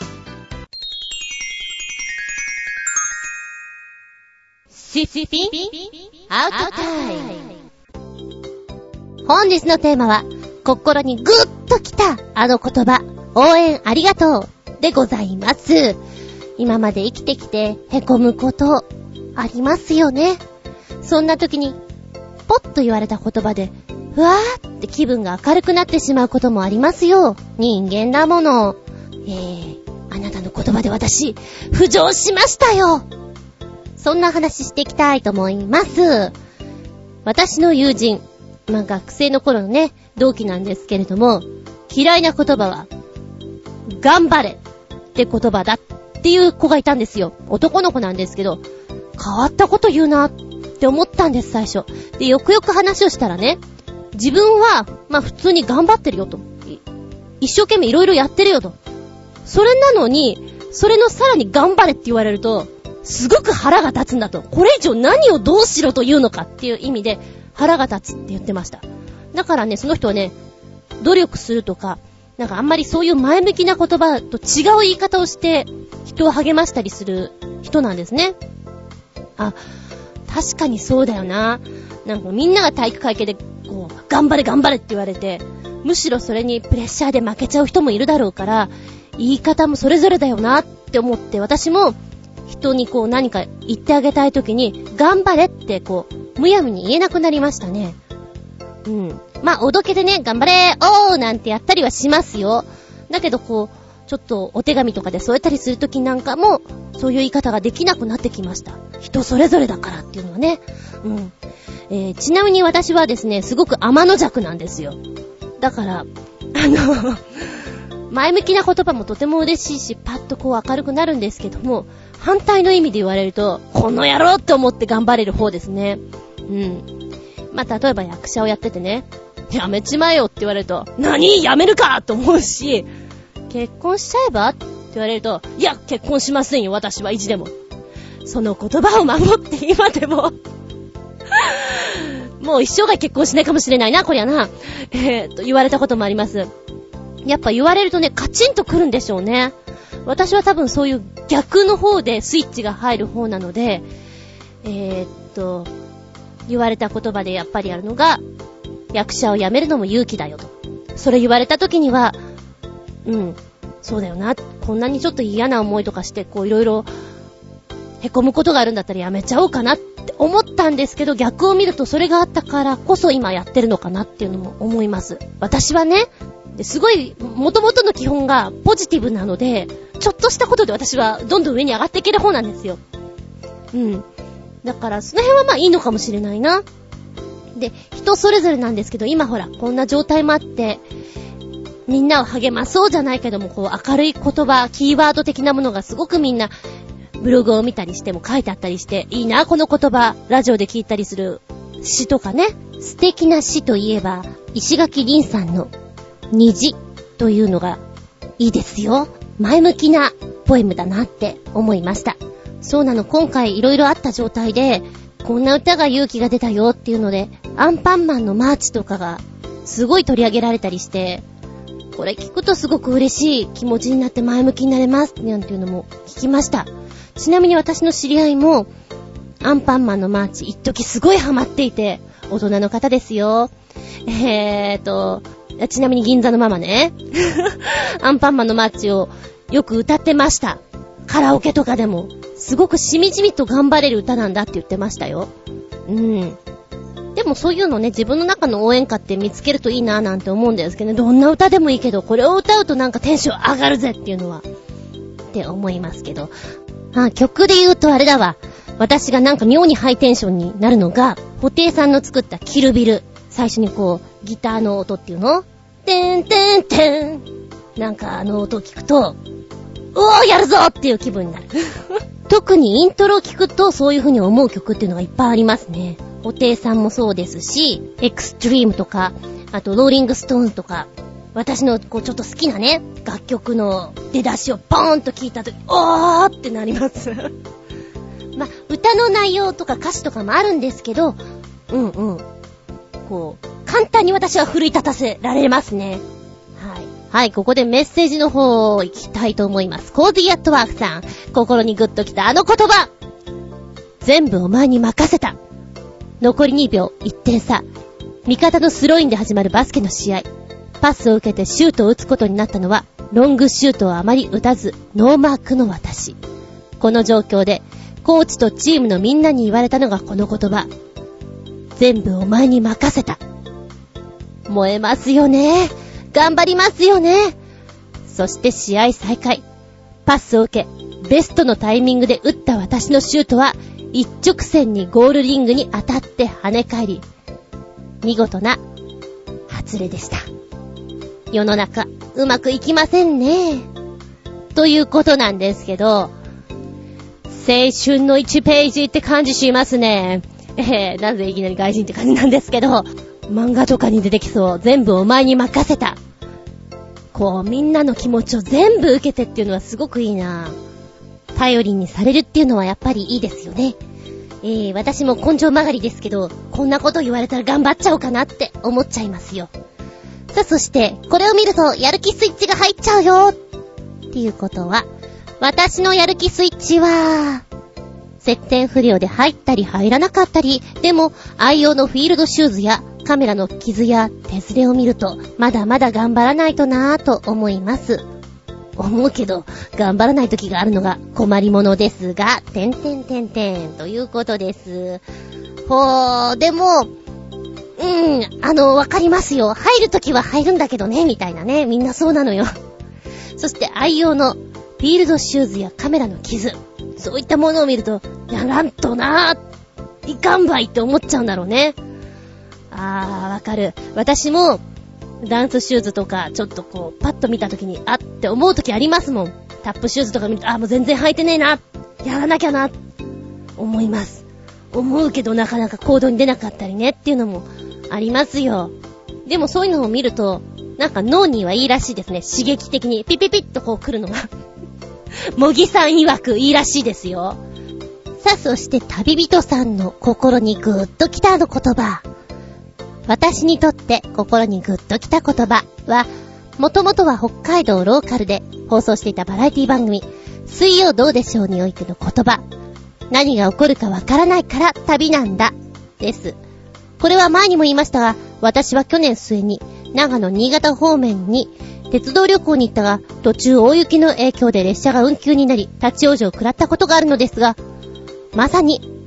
シスピンアウトタイム。本日のテーマは心にグッときたあの言葉、応援ありがとうでございます。今まで生きてきてへこむことありますよね。そんな時にポッと言われた言葉でふわーって気分が明るくなってしまうこともありますよ。人間だもの。えー、あなたの言葉で私浮上しましたよ。そんな話していきたいと思います。私の友人、まあ、学生の頃のね、同期なんですけれども、嫌いな言葉は、頑張れって言葉だっていう子がいたんですよ。男の子なんですけど、変わったこと言うなって思ったんです、最初。で、よくよく話をしたらね、自分は、まあ、普通に頑張ってるよと。一生懸命いろいろやってるよと。それなのに、それのさらに頑張れって言われると、すごく腹が立つんだと。これ以上何をどうしろと言うのかっていう意味で腹が立つって言ってました。だからね、その人はね、努力するとか、なんかあんまりそういう前向きな言葉と違う言い方をして人を励ましたりする人なんですね。あ、確かにそうだよな。なんかみんなが体育会系でこう頑張れ頑張れって言われて、むしろそれにプレッシャーで負けちゃう人もいるだろうから、言い方もそれぞれだよなって思って、私も人にこう何か言ってあげたいときに頑張れってこうむやみに言えなくなりましたね。うん。まあおどけでね、頑張れおーなんてやったりはしますよ。だけどこうちょっとお手紙とかで添えたりするときなんかもそういう言い方ができなくなってきました。人それぞれだからっていうのはね。うん。えー、ちなみに私はですね、すごく天の弱なんですよ。だからあの前向きな言葉もとても嬉しいし、パッとこう明るくなるんですけども、反対の意味で言われると、この野郎って思って頑張れる方ですね。うん。まあ、例えば役者をやっててね、やめちまえよって言われると、何やめるかと思うし、結婚しちゃえばって言われると、いや、結婚しませんよ、私は意地でも。その言葉を守って今でも、もう一生涯結婚しないかもしれないな、こりゃな。えー、と、言われたこともあります。やっぱ言われるとね、カチンとくるんでしょうね。私は多分そういう逆の方でスイッチが入る方なので、えー、っと、言われた言葉でやっぱりあるのが、役者を辞めるのも勇気だよと。それ言われた時には、うん、そうだよな。こんなにちょっと嫌な思いとかして、こういろいろ凹むことがあるんだったら辞めちゃおうかなってって思ったんですけど、逆を見るとそれがあったからこそ今やってるのかなっていうのも思います。私はね、すごい元々の基本がポジティブなので、ちょっとしたことで私はどんどん上に上がっていける方なんですよ。うん。だからその辺はまあいいのかもしれないな。で、人それぞれなんですけど、今ほらこんな状態もあって、みんなを励まそうじゃないけども、こう明るい言葉、キーワード的なものがすごくみんなブログを見たりしても書いてあったりして、いいなこの言葉、ラジオで聞いたりする詩とかね。素敵な詩といえば石垣凛さんの虹というのがいいですよ。前向きなポエムだなって思いました。そうなの、今回いろいろあった状態でこんな歌が勇気が出たよっていうので、アンパンマンのマーチとかがすごい取り上げられたりして、これ聞くとすごく嬉しい気持ちになって前向きになれますなんていうのも聞きました。ちなみに私の知り合いもアンパンマンのマーチ一時すごいハマっていて、大人の方ですよ。えーとちなみに銀座のママねアンパンマンのマーチをよく歌ってました。カラオケとかでもすごくしみじみと頑張れる歌なんだって言ってましたよ。うん。でもそういうのね、自分の中の応援歌って見つけるといいななんて思うんですけどね。どんな歌でもいいけど、これを歌うとなんかテンション上がるぜっていうのはって思いますけど、あ、曲で言うとあれだわ。私がなんか妙にハイテンションになるのが、布袋さんの作ったキルビル。最初にこうギターの音っていうの、てんてんてん、なんかあの音を聞くと、うおーやるぞっていう気分になる特にイントロを聞くとそういう風に思う曲っていうのがいっぱいありますね。布袋さんもそうですし、エクストリームとか、あとローリングストーンとか、私のこうちょっと好きなね楽曲の出だしをポーンと聞いたとき、おーってなりますまあ歌の内容とか歌詞とかもあるんですけど、うんうん、こう簡単に私は奮い立たせられますね。はい。はい、ここでメッセージの方を行きたいと思います。コーディアットワークさん、心にグッときたあの言葉。全部お前に任せた。残りにびょう、いってん差。味方のスローインで始まるバスケの試合。パスを受けてシュートを打つことになったのは、ロングシュートをあまり打たず、ノーマークの私。この状況で、コーチとチームのみんなに言われたのがこの言葉。全部お前に任せた。燃えますよね。頑張りますよね。そして試合再開。パスを受け、ベストのタイミングで打った私のシュートは、一直線にゴールリングに当たって跳ね返り、見事な外れでした。世の中うまくいきませんねということなんですけど、青春のいちページって感じしますね。えー、なぜいきなり外人って感じなんですけど、漫画とかに出てきそう。全部お前に任せた。こうみんなの気持ちを全部受けてっていうのはすごくいいな。頼りにされるっていうのはやっぱりいいですよね。えー、私も根性曲がりですけど、こんなこと言われたら頑張っちゃおうかなって思っちゃいますよ。さあ、そしてこれを見るとやる気スイッチが入っちゃうよっていうことは、私のやる気スイッチは接点不良で入ったり入らなかったり、でも愛用のフィールドシューズやカメラの傷や手すれを見ると、まだまだ頑張らないとなぁと思います。思うけど頑張らない時があるのが困りものですが、てんてんてんてんということです。ほー、でもうん、あのわかりますよ。入る時は入るんだけどねみたいなね、みんなそうなのよ。そして愛用のフィールドシューズやカメラの傷、そういったものを見ると、やらんとなー、いかんばいって思っちゃうんだろうね。あー、わかる。私もダンスシューズとかちょっとこうパッと見た時にあって思う時ありますもん。タップシューズとか見ると、あーもう全然履いてねえな、やらなきゃな思います。思うけどなかなか行動に出なかったりねっていうのもありますよ。でもそういうのを見るとなんか脳にはいいらしいですね。刺激的にピピピッとこう来るのがもぎさん曰くいいらしいですよ。さあ、そして旅人さんの心にグッときたの言葉。私にとって心にグッときた言葉は、もともとは北海道ローカルで放送していたバラエティ番組水曜どうでしょうにおいての言葉。何が起こるかわからないから旅なんだです。これは前にも言いましたが、私は去年末に長野新潟方面に鉄道旅行に行ったが、途中大雪の影響で列車が運休になり立ち往生を食らったことがあるのですが、まさに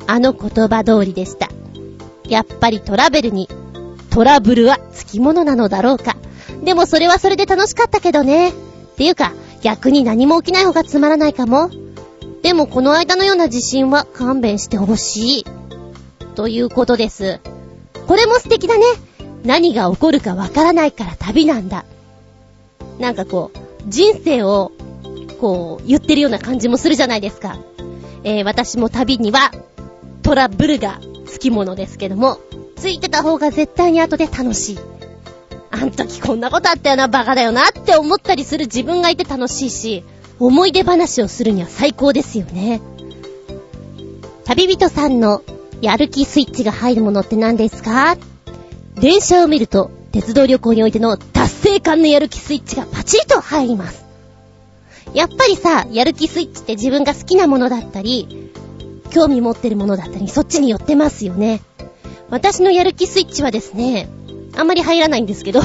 あの言葉通りでした。やっぱりトラベルにトラブルはつきものなのだろうか。でもそれはそれで楽しかったけどね。っていうか逆に何も起きない方がつまらないかも。でもこの間のような地震は勘弁してほしいということです。これも素敵だね。何が起こるかわからないから旅なんだ。なんかこう人生をこう言ってるような感じもするじゃないですか。えー、私も旅にはトラブルがつきものですけども、ついてた方が絶対に後で楽しい。あん時こんなことあったよな、バカだよなって思ったりする自分がいて楽しいし、思い出話をするには最高ですよね。旅人さんのやる気スイッチが入るものって何ですか？電車を見ると鉄道旅行においての達成感のやる気スイッチがパチッと入ります。やっぱりさ、やる気スイッチって自分が好きなものだったり興味持ってるものだったりそっちに寄ってますよね。私のやる気スイッチはですね、あんまり入らないんですけど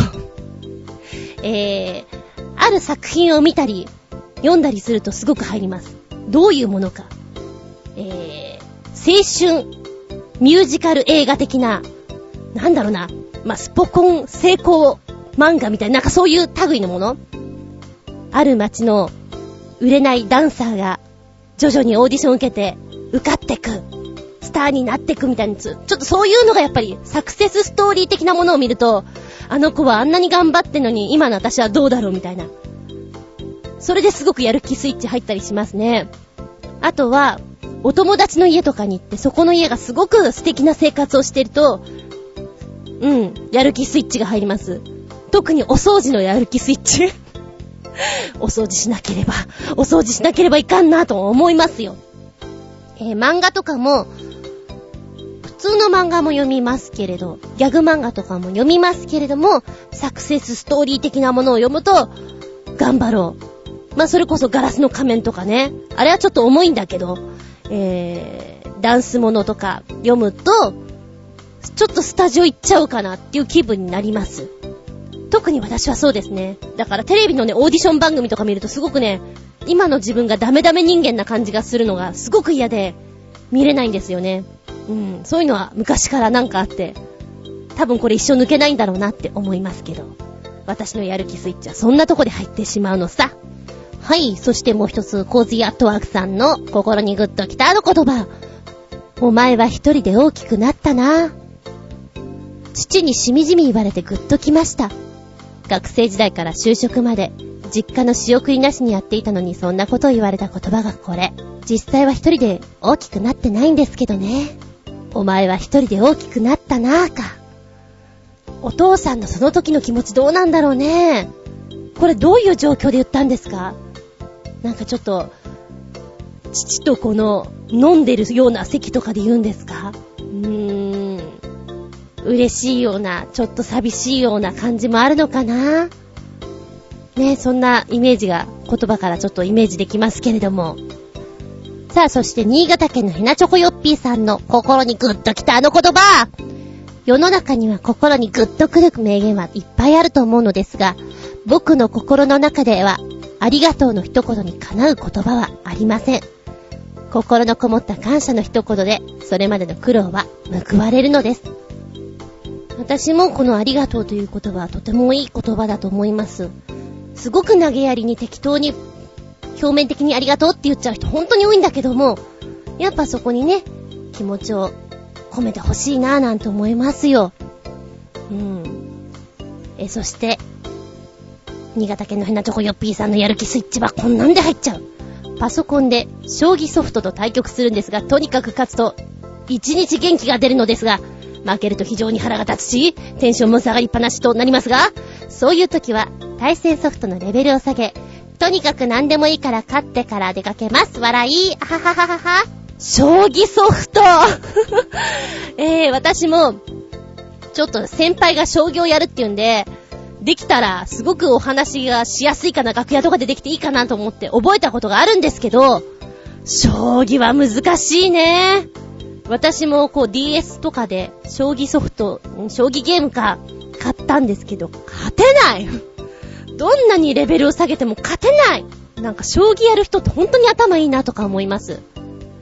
えー、ある作品を見たり読んだりするとすごく入ります。どういうものか、えー、青春ミュージカル映画的な、なんだろうな、まあ、スポコン成功漫画みたいな、なんかそういう類のもの。ある街の売れないダンサーが徐々にオーディションを受けて受かってく、スターになってくみたいな、ちょっとそういうのがやっぱりサクセスストーリー的なものを見ると、あの子はあんなに頑張ってんのに今の私はどうだろうみたいな、それですごくやる気スイッチ入ったりしますね。あとはお友達の家とかに行って、そこの家がすごく素敵な生活をしてると、うん、やる気スイッチが入ります。特にお掃除のやる気スイッチお掃除しなければお掃除しなければいかんなと思いますよ。えー、漫画とかも普通の漫画も読みますけれど、ギャグ漫画とかも読みますけれども、サクセスストーリー的なものを読むと頑張ろう。まあそれこそガラスの仮面とかね、あれはちょっと重いんだけど、えー、ダンスものとか読むとちょっとスタジオ行っちゃうかなっていう気分になります。特に私はそうですね。だからテレビのねオーディション番組とか見るとすごくね、今の自分がダメダメ人間な感じがするのがすごく嫌で見れないんですよね。うん、そういうのは昔からなんかあって、多分これ一生抜けないんだろうなって思いますけど、私のやる気スイッチはそんなとこで入ってしまうのさ。はい、そしてもう一つ、コーズイアットワークさんの心にグッときたあの言葉。お前は一人で大きくなったな。父にしみじみ言われてグッときました。学生時代から就職まで実家の仕送りなしにやっていたのに、そんなことを言われた言葉がこれ。実際は一人で大きくなってないんですけどね。お前は一人で大きくなったなぁか。お父さんのその時の気持ちどうなんだろうね。これどういう状況で言ったんですか？なんかちょっと父とこの飲んでるような席とかで言うんですか？うーん、嬉しいような、ちょっと寂しいような感じもあるのかなね。そんなイメージが言葉からちょっとイメージできますけれども。さあ、そして新潟県のヘナチョコヨッピーさんの心にグッときたあの言葉。世の中には心にグッとくる名言はいっぱいあると思うのですが、僕の心の中ではありがとうの一言にかなう言葉はありません。心のこもった感謝の一言でそれまでの苦労は報われるのです。私もこのありがとうという言葉はとてもいい言葉だと思います。すごく投げやりに適当に表面的にありがとうって言っちゃう人本当に多いんだけども、やっぱそこにね、気持ちを込めてほしいなぁなんて思いますよ。うん。え、そして新潟県のヘナチョコヨッピーさんのやる気スイッチはこんなんで入っちゃう。パソコンで将棋ソフトと対局するんですが、とにかく勝つと一日元気が出るのですが、負けると非常に腹が立つし、テンションも下がりっぱなしとなりますが、そういう時は対戦ソフトのレベルを下げ、とにかく何でもいいから勝ってから出かけます。笑い。ははははは。将棋ソフトえー、私もちょっと先輩が将棋をやるっていうんで、できたらすごくお話がしやすいかな、楽屋とかでできていいかなと思って覚えたことがあるんですけど、将棋は難しいね。私もこう ディーエス とかで将棋ソフト、将棋ゲームか買ったんですけど、勝てないどんなにレベルを下げても勝てない。なんか将棋やる人って本当に頭いいなとか思います。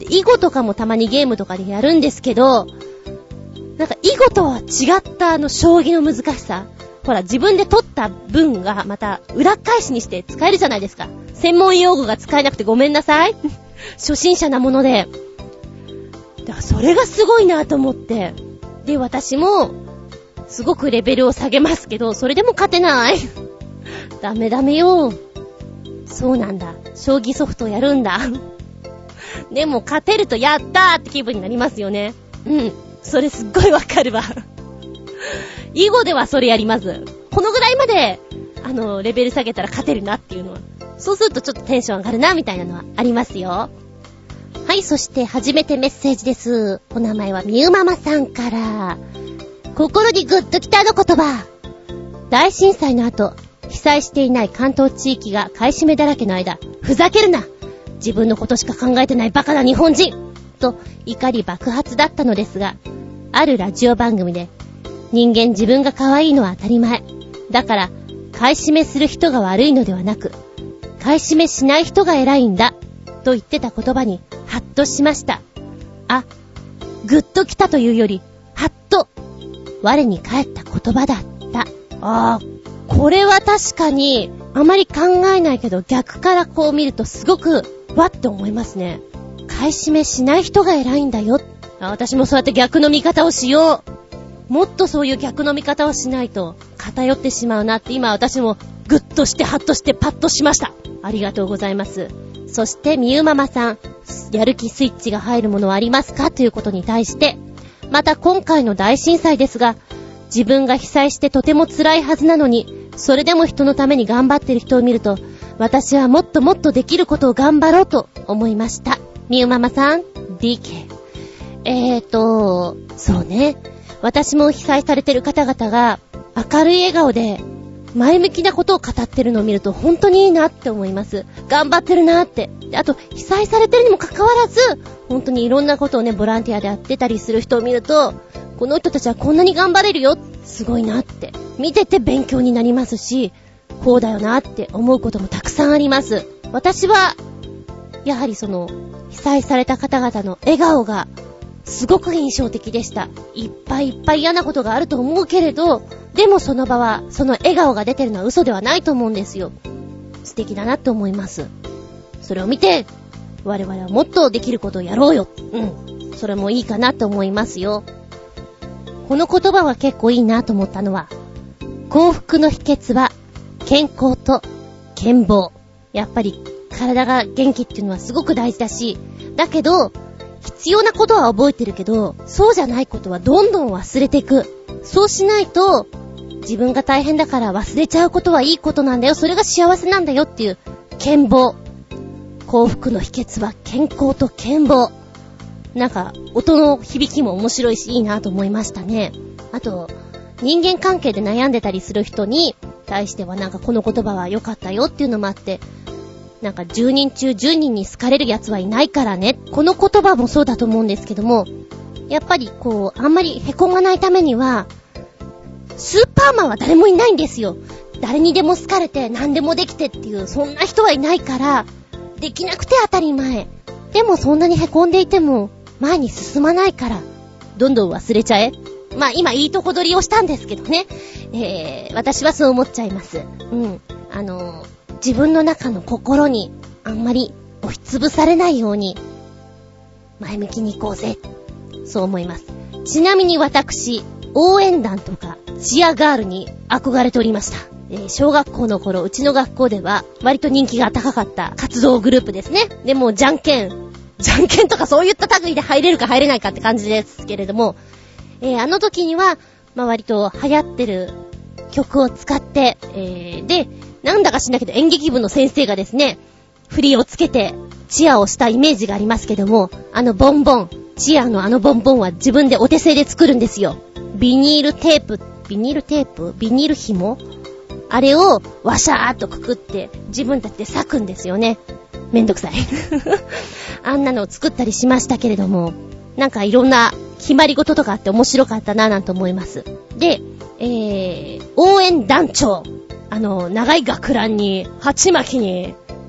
囲碁とかもたまにゲームとかでやるんですけど、なんか囲碁とは違ったあの将棋の難しさ。ほら、自分で取った分がまた裏返しにして使えるじゃないですか。専門用語が使えなくてごめんなさい。初心者なもので。だからそれがすごいなと思って。で、私もすごくレベルを下げますけど、それでも勝てない。ダメダメよ。そうなんだ。将棋ソフトやるんだ。でも勝てるとやったーって気分になりますよね。うん。それすっごいわかるわ。囲碁ではそれやります。このぐらいまで、あの、レベル下げたら勝てるなっていうのは。そうするとちょっとテンション上がるなみたいなのはありますよ。はい、そして初めてメッセージです。お名前はみゆママさんから。心にグッときたの言葉。大震災の後、被災していない関東地域が買い占めだらけの間、ふざけるな！自分のことしか考えてないバカな日本人！と怒り爆発だったのですが、あるラジオ番組で、人間自分が可愛いのは当たり前。だから、買い占めする人が悪いのではなく、買い占めしない人が偉いんだ、と言ってた言葉に、ハッとしました。あ、グッときたというより、ハッと、我に返った言葉だった。あー、これは確かに、あまり考えないけど、逆からこう見るとすごく、わって思いますね。買い占めしない人が偉いんだよ。あ、私もそうやって逆の見方をしよう。もっとそういう逆の見方をしないと偏ってしまうなって今私もグッとしてハッとしてパッとしました。ありがとうございます。そしてみゆママさん、やる気スイッチが入るものはありますかということに対して、また今回の大震災ですが、自分が被災してとても辛いはずなのに、それでも人のために頑張っている人を見ると、私はもっともっとできることを頑張ろうと思いました。みゆママさん ディーケー。えーとそうね、私も被災されている方々が明るい笑顔で前向きなことを語ってるのを見ると本当にいいなって思います。頑張ってるなって。あと被災されてるにもかかわらず本当にいろんなことをねボランティアでやってたりする人を見ると、この人たちはこんなに頑張れるよ、すごいなって見てて勉強になりますし、こうだよなって思うこともたくさんあります。私はやはりその被災された方々の笑顔がすごく印象的でした。いっぱいいっぱい嫌なことがあると思うけれど、でもその場はその笑顔が出てるのは嘘ではないと思うんですよ。素敵だなって思います。それを見て我々はもっとできることをやろうよ。うん、それもいいかなと思いますよ。この言葉は結構いいなと思ったのは、幸福の秘訣は健康と健忘。やっぱり体が元気っていうのはすごく大事だし、だけど必要なことは覚えてるけど、そうじゃないことはどんどん忘れていく。そうしないと自分が大変だから忘れちゃうことはいいことなんだよ、それが幸せなんだよっていう健忘。幸福の秘訣は健康と健忘。なんか音の響きも面白いしいいなと思いましたね。あと人間関係で悩んでたりする人に対してはなんかこの言葉は良かったよっていうのもあって、なんかじゅうにん中じゅうにんに好かれる奴はいないからね。この言葉もそうだと思うんですけども、やっぱりこうあんまり凹まないためには、スーパーマンは誰もいないんですよ。誰にでも好かれて何でもできてっていうそんな人はいないから、できなくて当たり前。でもそんなに凹んでいても前に進まないから、どんどん忘れちゃえ。まあ今いいとこ取りをしたんですけどね、えー、私はそう思っちゃいます。うん、あの自分の中の心にあんまり押しつぶされないように前向きに行こうぜ、そう思います。ちなみに私応援団とかチアガールに憧れておりました。えー、小学校の頃うちの学校では割と人気が高かった活動グループですね。でもじゃんけんじゃんけんとかそういった類で入れるか入れないかって感じですけれども、えー、あの時にはまあ割と流行ってる曲を使って、えー、でなんだか知んないけど演劇部の先生がですね振りをつけてチアをしたイメージがありますけども、あのボンボン、チアのあのボンボンは自分でお手製で作るんですよ。ビニールテープビニールテープビニール紐、あれをワシャーっとくくって自分たちで裂くんですよね。めんどくさいあんなのを作ったりしましたけれども、なんかいろんな決まり事とかあって面白かったななんて思います。で、えー、応援団長、あの長い学ランに鉢巻きに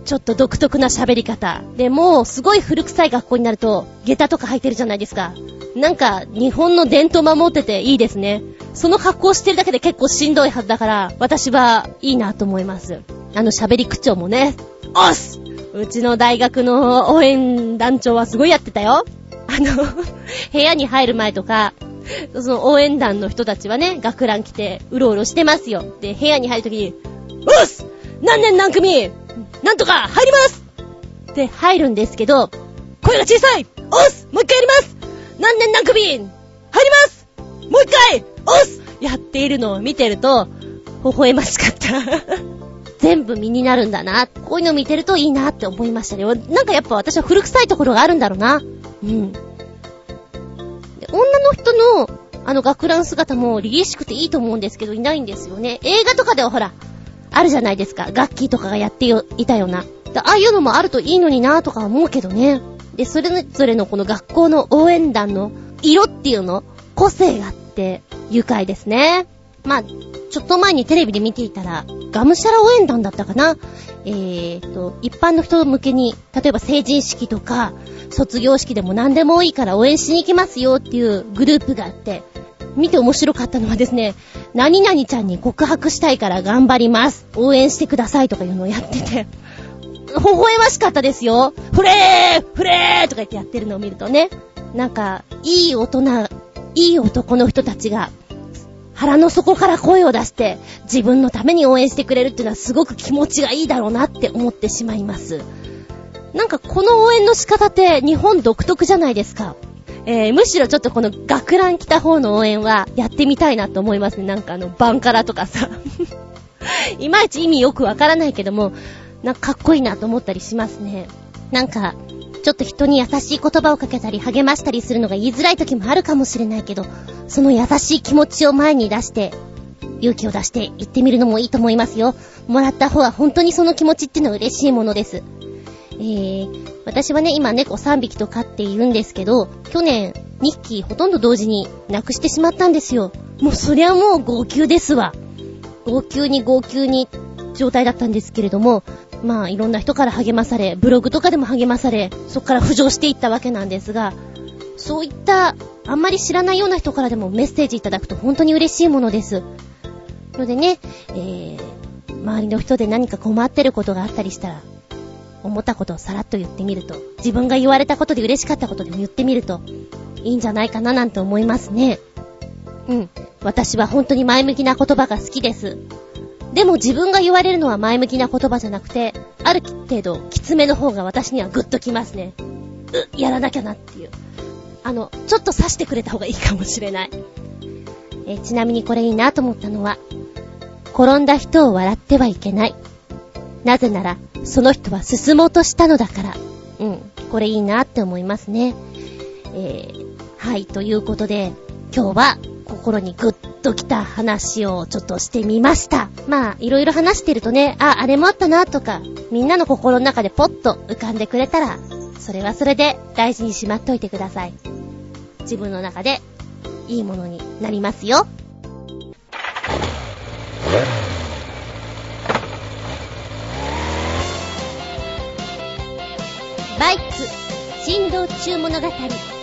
ちょっと独特な喋り方。で、もうすごい古臭い学校になると、下駄とか履いてるじゃないですか。なんか、日本の伝統守ってていいですね。その格好してるだけで結構しんどいはずだから、私はいいなと思います。あの喋り口調もね、おっす！うちの大学の応援団長はすごいやってたよ。あの、部屋に入る前とか、その応援団の人たちはね、学ラン着てうろうろしてますよ。で、部屋に入るときに、おっす！何年何組なんとか入りますって入るんですけど、声が小さい！おっす！もう一回やります！何年何組入ります！もう一回おっす！やっているのを見てると、微笑ましかった。全部身になるんだな。こういうの見てるといいなって思いましたね。なんかやっぱ私は古臭いところがあるんだろうな。うん。で、女の人のあの学ラン姿も凛々しくていいと思うんですけど、いないんですよね。映画とかではほら、あるじゃないですか。ガッキーとかがやっていたような。ああいうのもあるといいのになとか思うけどね。で、それぞれのこの学校の応援団の色っていうの、個性があって愉快ですね。まあ、ちょっと前にテレビで見ていたら、ガムシャラ応援団だったかな。えーと、一般の人向けに、例えば成人式とか、卒業式でも何でもいいから応援しに行きますよっていうグループがあって、見て面白かったのはですね、何々ちゃんに告白したいから頑張ります。応援してくださいとかいうのをやってて、微笑ましかったですよ。フレーフレーとか言ってやってるのを見るとね、なんか、いい大人、いい男の人たちが、腹の底から声を出して自分のために応援してくれるっていうのはすごく気持ちがいいだろうなって思ってしまいます。なんかこの応援の仕方って日本独特じゃないですか。えー、むしろちょっとこの学ラン着た方の応援はやってみたいなと思いますね。なんかあのバンカラとかさいまいち意味よくわからないけども、なんかかっこいいなと思ったりしますね。なんかちょっと人に優しい言葉をかけたり励ましたりするのが言いづらい時もあるかもしれないけど、その優しい気持ちを前に出して勇気を出して言ってみるのもいいと思いますよ。もらった方は本当にその気持ちっていうのは嬉しいものです。えー、私はね今猫さんびきと飼っているんですけど、去年にひきほとんど同時に亡くしてしまったんですよ。もうそりゃもう号泣ですわ。号泣に号泣に状態だったんですけれども、まあいろんな人から励まされ、ブログとかでも励まされ、そこから浮上していったわけなんですが、そういったあんまり知らないような人からでもメッセージいただくと本当に嬉しいものです。のでね、えー、周りの人で何か困ってることがあったりしたら、思ったことをさらっと言ってみると、自分が言われたことで嬉しかったことでも言ってみるといいんじゃないかななんて思いますね。うん、私は本当に前向きな言葉が好きです。でも自分が言われるのは前向きな言葉じゃなくて、ある程度きつめの方が私にはグッときますね。う、やらなきゃなっていう。あの、ちょっと刺してくれた方がいいかもしれない。えちなみにこれいいなと思ったのは、転んだ人を笑ってはいけない。なぜなら、その人は進もうとしたのだから。うん、これいいなって思いますね。えー、はい、ということで、今日は心にグッときた話をちょっとしてみました。まあ、いろいろ話してるとね、あ、あれもあったなとか、みんなの心の中でポッと浮かんでくれたら、それはそれで大事にしまっといてください。自分の中でいいものになりますよ。バイク振動中物語。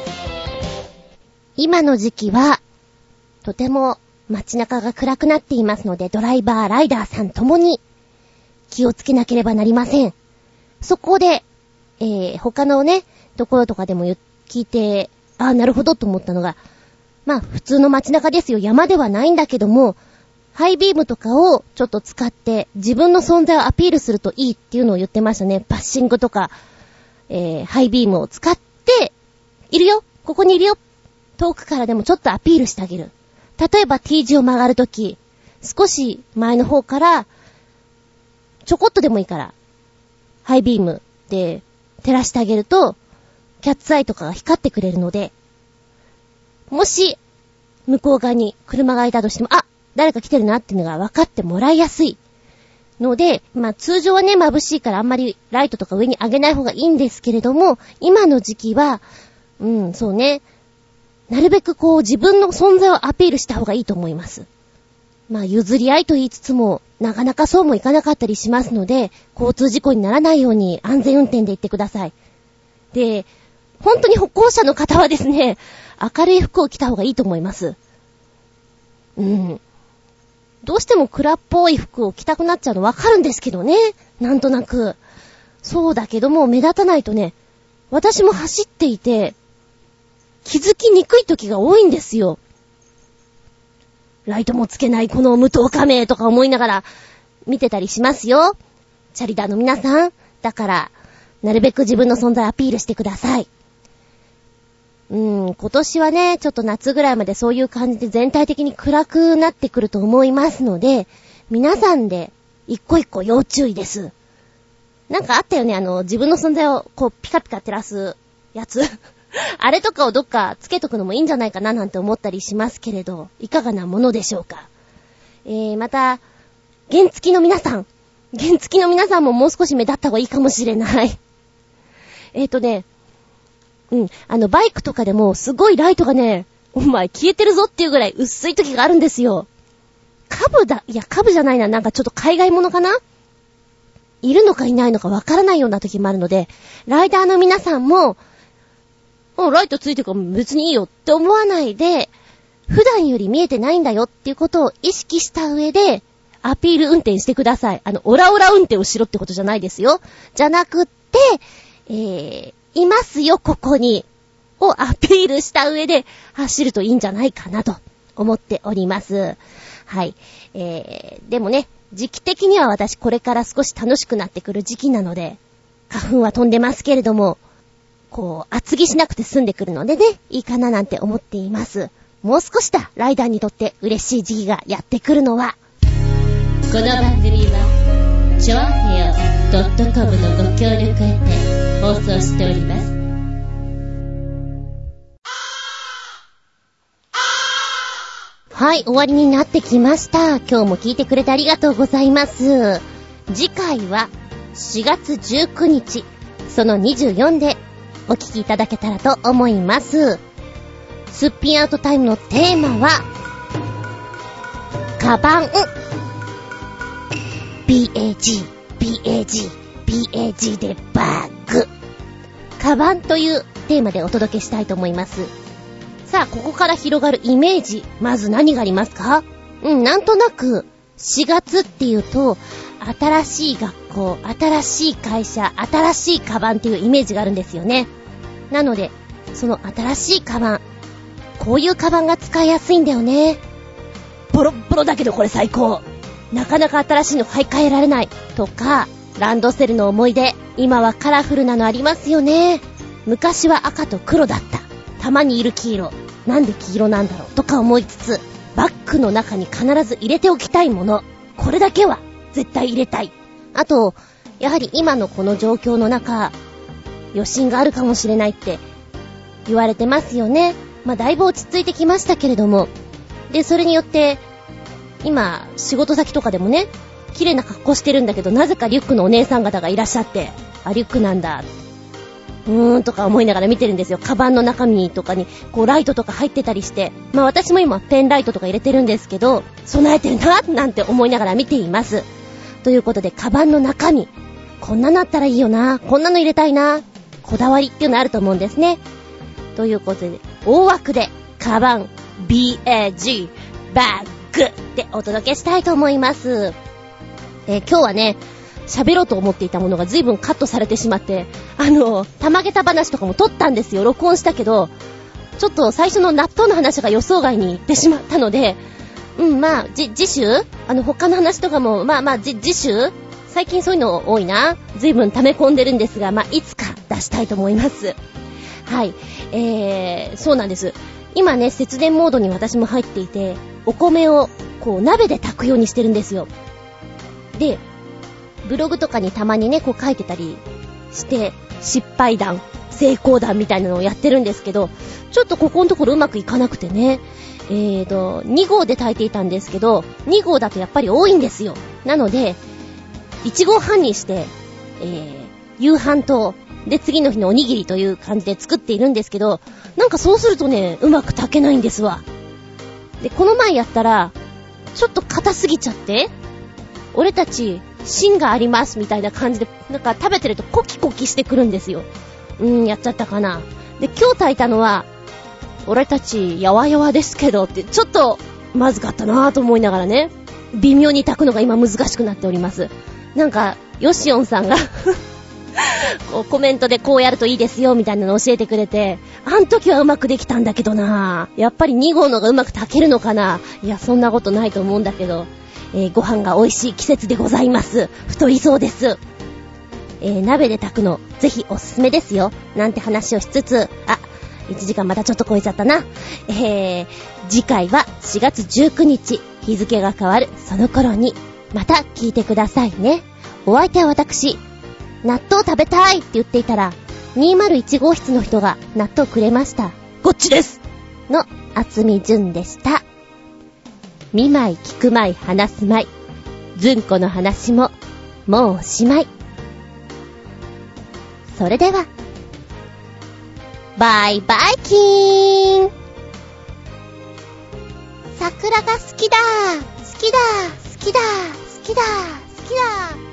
今の時期はとても街中が暗くなっていますので、ドライバーライダーさんともに気をつけなければなりません。そこで、えー、他のねところとかでも聞いて、ああなるほどと思ったのが、まあ普通の街中ですよ。山ではないんだけども、ハイビームとかをちょっと使って自分の存在をアピールするといいっていうのを言ってましたね。パッシングとか、えー、ハイビームを使っているよ、ここにいるよ、遠くからでもちょっとアピールしてあげる。例えば T 字を曲がるとき、少し前の方からちょこっとでもいいからハイビームで照らしてあげると、キャッツアイとかが光ってくれるので、もし向こう側に車がいたとしても、あ、誰か来てるなっていうのが分かってもらいやすいので、まあ通常はね眩しいからあんまりライトとか上に上げない方がいいんですけれども、今の時期はうんそうね、なるべくこう自分の存在をアピールした方がいいと思います。 まあ譲り合いと言いつつも、なかなかそうもいかなかったりしますので、交通事故にならないように安全運転で行ってください。で、本当に歩行者の方はですね、明るい服を着た方がいいと思います。うん。どうしても暗っぽい服を着たくなっちゃうのわかるんですけどね。なんとなく。そうだけども目立たないとね、私も走っていて、気づきにくい時が多いんですよ。ライトもつけないこの無灯火名とか思いながら見てたりしますよ。チャリダーの皆さん。だから、なるべく自分の存在アピールしてください。うーん、今年はね、ちょっと夏ぐらいまでそういう感じで全体的に暗くなってくると思いますので、皆さんで一個一個要注意です。なんかあったよね、あの、自分の存在をこうピカピカ照らすやつ。あれとかをどっかつけとくのもいいんじゃないかななんて思ったりしますけれど、いかがなものでしょうか。えー、また、原付の皆さん。原付の皆さんももう少し目立った方がいいかもしれない。えーとね、うん、あの、バイクとかでもすごいライトがね、お前消えてるぞっていうぐらい薄い時があるんですよ。カブだ、いやカブじゃないな、なんかちょっと海外ものかないるのかいないのかわからないような時もあるので、ライダーの皆さんも、もうライトついてるから別にいいよって思わないで、普段より見えてないんだよっていうことを意識した上で、アピール運転してください。あの、オラオラ運転をしろってことじゃないですよ。じゃなくって、えー、いますよ、ここに。をアピールした上で走るといいんじゃないかなと思っております。はい。えー、でもね、時期的には私これから少し楽しくなってくる時期なので、花粉は飛んでますけれども、こう、厚着しなくて済んでくるのでね、いいかななんて思っています。もう少しだ、ライダーにとって嬉しい時期がやってくるのは。この番組は、ちょあへよ .com のご協力へて放送しております。はい、終わりになってきました。今日も聞いてくれてありがとうございます。次回はしがつじゅうくにち、そのにじゅうよんでお聞きいただけたらと思います。すっぴんアウトタイムのテーマは、カバン。ビーエージー、ビーエージー、ビーエージー でバッグ。カバンというテーマでお届けしたいと思います。さあ、ここから広がるイメージ、まず何がありますか？うん、なんとなく、しがつっていうと、新しい学校、新しい会社、新しいカバンっていうイメージがあるんですよね。なので、その新しいカバン、こういうカバンが使いやすいんだよね。ボロッボロだけどこれ最高。なかなか新しいの買い替えられない。とか、ランドセルの思い出、今はカラフルなのありますよね。昔は赤と黒だった。たまにいる黄色。なんで黄色なんだろうとか思いつつ、バッグの中に必ず入れておきたいもの。これだけは絶対入れたい。あと、やはり今のこの状況の中、余震があるかもしれないって言われてますよね。まあだいぶ落ち着いてきましたけれども。で、それによって、今、仕事先とかでもね、綺麗な格好してるんだけど、なぜかリュックのお姉さん方がいらっしゃって、あ、リュックなんだ。うーんとか思いながら見てるんですよ。カバンの中身とかにこうライトとか入ってたりして、まあ私も今ペンライトとか入れてるんですけど、備えてるななんて思いながら見ています。ということで、カバンの中身、こんなのあったらいいよな、こんなの入れたいな、こだわりっていうのあると思うんですね。ということで、大枠でカバン ビーエージー バッグでお届けしたいと思います。えー、今日はね、喋ろうと思っていたものが随分カットされてしまって、あの、たまげた話とかも撮ったんですよ。録音したけど、ちょっと最初の納豆の話が予想外に行ってしまったので、うん、まあ、じ、次週あの、他の話とかも、まあまあ、じ、次週最近そういうの多いな。随分溜め込んでるんですが、まあ、いつか出したいと思います。はい。えー、そうなんです。今ね、節電モードに私も入っていて、お米を、こう、鍋で炊くようにしてるんですよ。で、ブログとかにたまにね、こう書いてたりして、失敗談、成功談みたいなのをやってるんですけど、ちょっとここのところうまくいかなくてね、えーと、にごうで炊いていたんですけど、にごうだとやっぱり多いんですよ。なので、いちごうはんにして、えー、夕飯と、で、次の日のおにぎりという感じで作っているんですけど、なんかそうするとね、うまく炊けないんですわ。で、この前やったら、 ちょっと硬すぎちゃって、俺たち芯がありますみたいな感じで、なんか食べてるとコキコキしてくるんですよ。うーん、やっちゃったかな。で、今日炊いたのは、俺たちやわやわですけどって、ちょっとまずかったなぁと思いながらね、微妙に炊くのが今難しくなっております。なんかヨシオンさんがこうコメントでこうやるといいですよみたいなの教えてくれて、あん時はうまくできたんだけどなぁ、やっぱりに号のがうまく炊けるのかな。いや、そんなことないと思うんだけど、えー、ご飯が美味しい季節でございます。太りそうです。えー、鍋で炊くのぜひおすすめですよなんて話をしつつ、あ、いちじかんまたちょっと超えちゃったな。えー、次回はしがつじゅうくにち、日付が変わるその頃にまた聞いてくださいね。お相手は私、納豆食べたいって言っていたらにまるいち号室の人が納豆くれました。こっちですの厚み純でした。見舞い聞く舞い話す舞い、ずんこの話ももうおしまい。それではバイバイキーン。桜が好きだ好きだ好きだ好きだ好きだ。